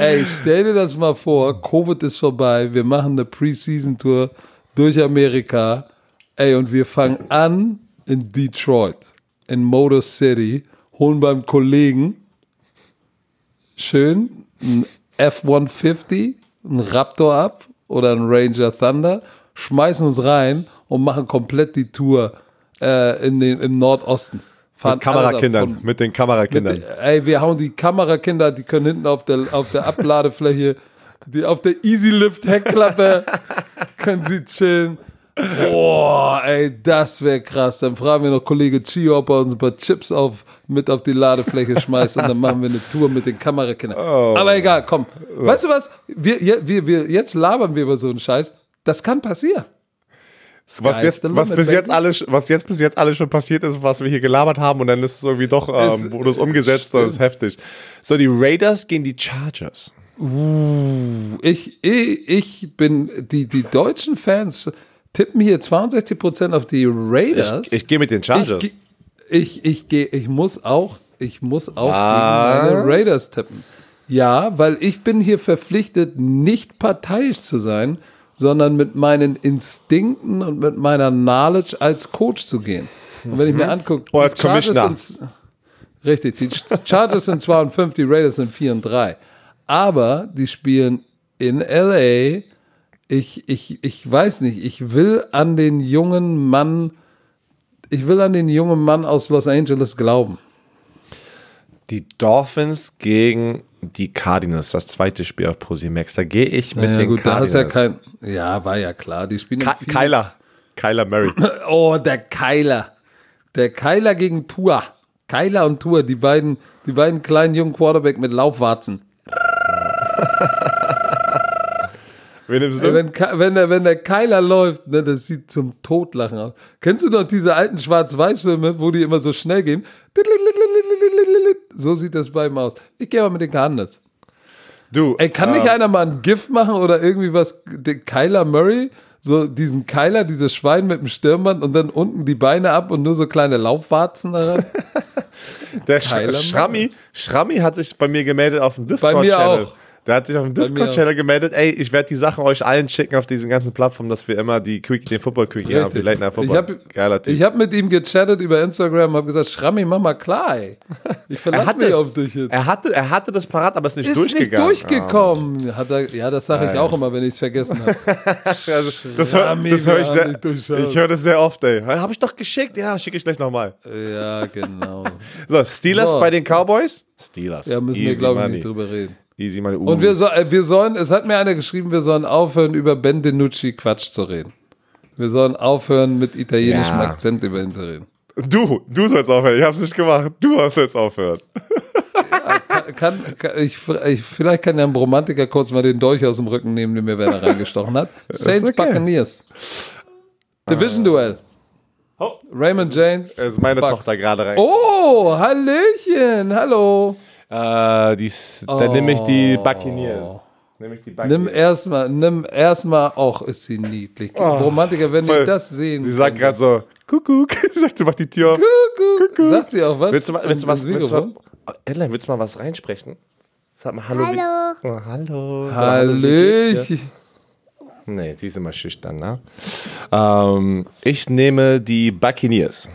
Ey, stell dir das mal vor, Covid ist vorbei, wir machen eine Preseason-Tour durch Amerika, ey, und wir fangen an in Detroit, in Motor City, holen beim Kollegen schön ein F hundertfünfzig, ein Raptor ab oder ein Ranger Thunder, schmeißen uns rein und machen komplett die Tour äh, in den, im Nordosten. Mit Kamerakindern, mit den Kamerakindern. Mit, ey, wir hauen die Kamerakinder, die können hinten auf der, auf der Abladefläche, die, auf der Easy Lift Heckklappe, können sie chillen. Boah, ey, das wäre krass. Dann fragen wir noch Kollege Chio, ob er uns ein paar Chips auf, mit auf die Ladefläche schmeißt und dann machen wir eine Tour mit den Kamerakindern. Oh. Aber egal, komm. Weißt du was? Wir, wir, wir, jetzt labern wir über so einen Scheiß. Das kann passieren. Was jetzt, was, bis jetzt alles, was jetzt bis jetzt alles schon passiert ist, was wir hier gelabert haben und dann ist es irgendwie doch ähm, wurde es umgesetzt, das ist heftig. So, die Raiders gegen die Chargers. Uh, ich, ich, ich bin, die, die deutschen Fans tippen hier zweiundsechzig Prozent auf die Raiders. Ich, ich gehe mit den Chargers. Ich, ich, ich, geh, ich muss auch, ich muss auch gegen meine Raiders tippen. Ja, weil ich bin hier verpflichtet, nicht parteiisch zu sein, sondern mit meinen Instinkten und mit meiner Knowledge als Coach zu gehen. Und wenn ich mir angucke, oh, als Commissioner. Richtig, die Chargers sind zwei und fünf, die Raiders sind vier und drei. Aber die spielen in L A. Ich, ich, ich weiß nicht, ich will an den jungen Mann, ich will an den jungen Mann aus Los Angeles glauben. Die Dolphins gegen die Cardinals, das zweite Spiel auf ProSimax. Da gehe ich mit naja, den gut, Cardinals. Da ist ja kein, ja, war ja klar. Die spielen Ka- Kyler. Kyler Murray. Oh, der Kyler. Der Kyler gegen Tua. Kyler und Tua, die beiden, die beiden kleinen jungen Quarterback mit Laufwarzen. Wen nimmst du? Wenn, wenn, der, wenn der Kyler läuft, ne, das sieht zum Totlachen aus. Kennst du noch diese alten Schwarz-Weiß-Filme, wo die immer so schnell gehen? So sieht das bei ihm aus. Ich gehe mal mit den Cardinals. Du, Ey, kann nicht ähm, einer mal ein GIF machen oder irgendwie was? Den Kyler Murray, so diesen Kyler, dieses Schwein mit dem Stirnband und dann unten die Beine ab und nur so kleine Laufwarzen daran. Der Sch- Schrammi, Schrammi hat sich bei mir gemeldet auf dem Discord-Channel. Bei mir auch. Der hat sich auf dem Discord-Channel gemeldet, ey, ich werde die Sachen euch allen schicken auf diesen ganzen Plattformen, dass wir immer die Quick, den Football-Quick haben, die Late Night Football. Ich habe Geiler Typ. Ich hab mit ihm gechattet über Instagram, habe gesagt, Schrammi, mach mal klar, ey. Ich verlasse mich auf dich jetzt. Er hatte, er hatte das parat, aber ist nicht ist durchgegangen. Ist nicht durchgekommen. Hat er, ja, das sage ich auch immer, wenn ich es vergessen habe. also, das höre hör ich sehr, ich höre das sehr oft, ey. Habe ich doch geschickt? Ja, schicke ich gleich nochmal. Ja, genau. So, Steelers so. bei den Cowboys? Steelers. Ja, müssen Easy wir, glaube ich, money. nicht drüber reden. Easy money. Und wir, so, äh, wir sollen, es hat mir einer geschrieben, wir sollen aufhören, über Ben DiNucci Quatsch zu reden. Wir sollen aufhören, mit italienischem ja. Akzent über ihn zu reden. Du, du sollst aufhören. Ich hab's nicht gemacht. Du hast jetzt aufhören. Ja, kann, kann, kann ich, ich, vielleicht kann ja ein Romantiker kurz mal den Dolch aus dem Rücken nehmen, den mir wer da reingestochen hat. Saints okay. Buccaneers. Division-Duell. Oh. Raymond James. Es ist meine Bucks. Tochter gerade rein. Oh, Hallöchen. Hallo. Äh, die, oh. Dann nehme ich die Buccaneers. Nimm, ich die Buccaneers. nimm erstmal, nimm erstmal, auch ist sie niedlich. Oh. Romantiker, wenn die das sehen. Sie sagt gerade so, Kuckuck. Sagt, sie macht die Tür auf. Kuckuck. Kuckuck. Sagt sie auch was? Willst du, willst du was, willst du mal, Edlein, willst du mal was reinsprechen? Sag mal Hallo. Hallo. Oh, hallo. Hallöchen. Nee, die ist immer schüchtern, ne? Ähm, ich nehme die Buccaneers.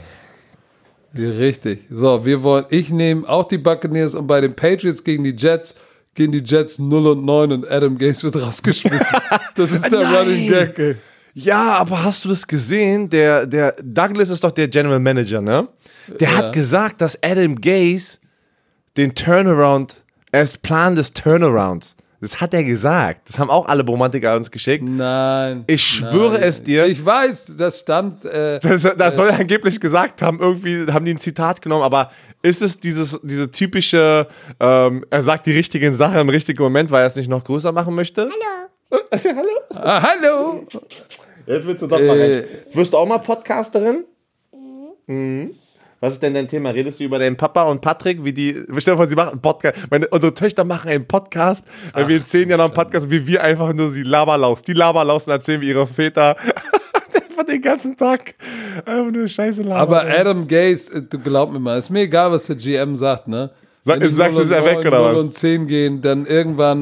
Richtig. So, wir wollen, ich nehme auch die Buccaneers und bei den Patriots gegen die Jets gehen die Jets null und neun und Adam Gase wird rausgeschmissen. Das ist der Nein. Running Gag, ey. Ja, aber hast du das gesehen? Der, der Douglas ist doch der General Manager, ne? Der ja. hat gesagt, dass Adam Gase den Turnaround, als Plan des Turnarounds, das hat er gesagt. Das haben auch alle Romantiker uns geschickt. Nein. Ich schwöre nein. es dir. Ich weiß, das stand. Äh, das das äh, soll er angeblich gesagt haben. Irgendwie haben die ein Zitat genommen. Aber ist es dieses, diese typische, ähm, er sagt die richtigen Sachen im richtigen Moment, weil er es nicht noch größer machen möchte? Hallo. Hallo. Ah, hallo. Jetzt willst du doch mal äh, rein. Wirst du auch mal Podcasterin? Mhm. Mhm. Was ist denn dein Thema? Redest du über deinen Papa und Patrick, wie die, stell dir vor, sie machen einen Podcast, meine, unsere Töchter machen einen Podcast, weil wir in zehn Jahren noch einen Podcast, wie wir einfach nur die Laberlaus, die Laberlaus und erzählen, wie ihre Väter einfach den ganzen Tag einfach nur Scheiße labern. Aber Adam Gase, du glaub mir mal, ist mir egal, was der G M sagt, ne? Sag, Wenn die sagst du es ja weg, oder was? null und zehn gehen, dann irgendwann,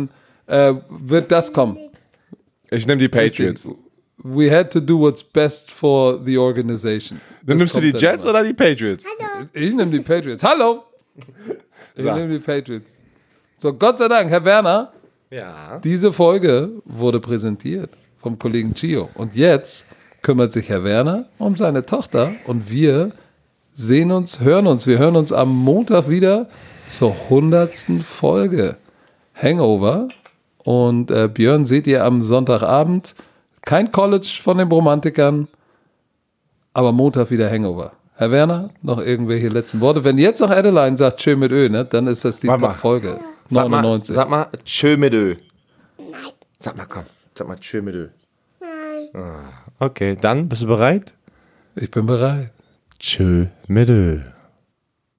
äh, wird das kommen. Ich nehme die Patriots. We had to do what's best for the organization. Dann nimmst du die Jets immer. oder die Patriots? Ich nehme die Patriots. Hallo! Ich So. nehme die Patriots. So, Gott sei Dank, Herr Werner, Ja. diese Folge wurde präsentiert vom Kollegen Gio. Und jetzt kümmert sich Herr Werner um seine Tochter und wir sehen uns, hören uns. Wir hören uns am Montag wieder zur hundertsten Folge Hangover. Und äh, Björn seht ihr am Sonntagabend. Kein College von den Romantikern, aber Montag wieder Hangover. Herr Werner, noch irgendwelche letzten Worte? Wenn jetzt noch Adeline sagt, tschö mit Ö, ne, dann ist das die Mama. Folge Sag mal, neunundneunzig. sag mal, tschö mit Ö. Nein. Sag mal, komm. Sag mal, tschö mit Ö. Nein. Okay, dann bist du bereit? Ich bin bereit. Tschö mit Ö.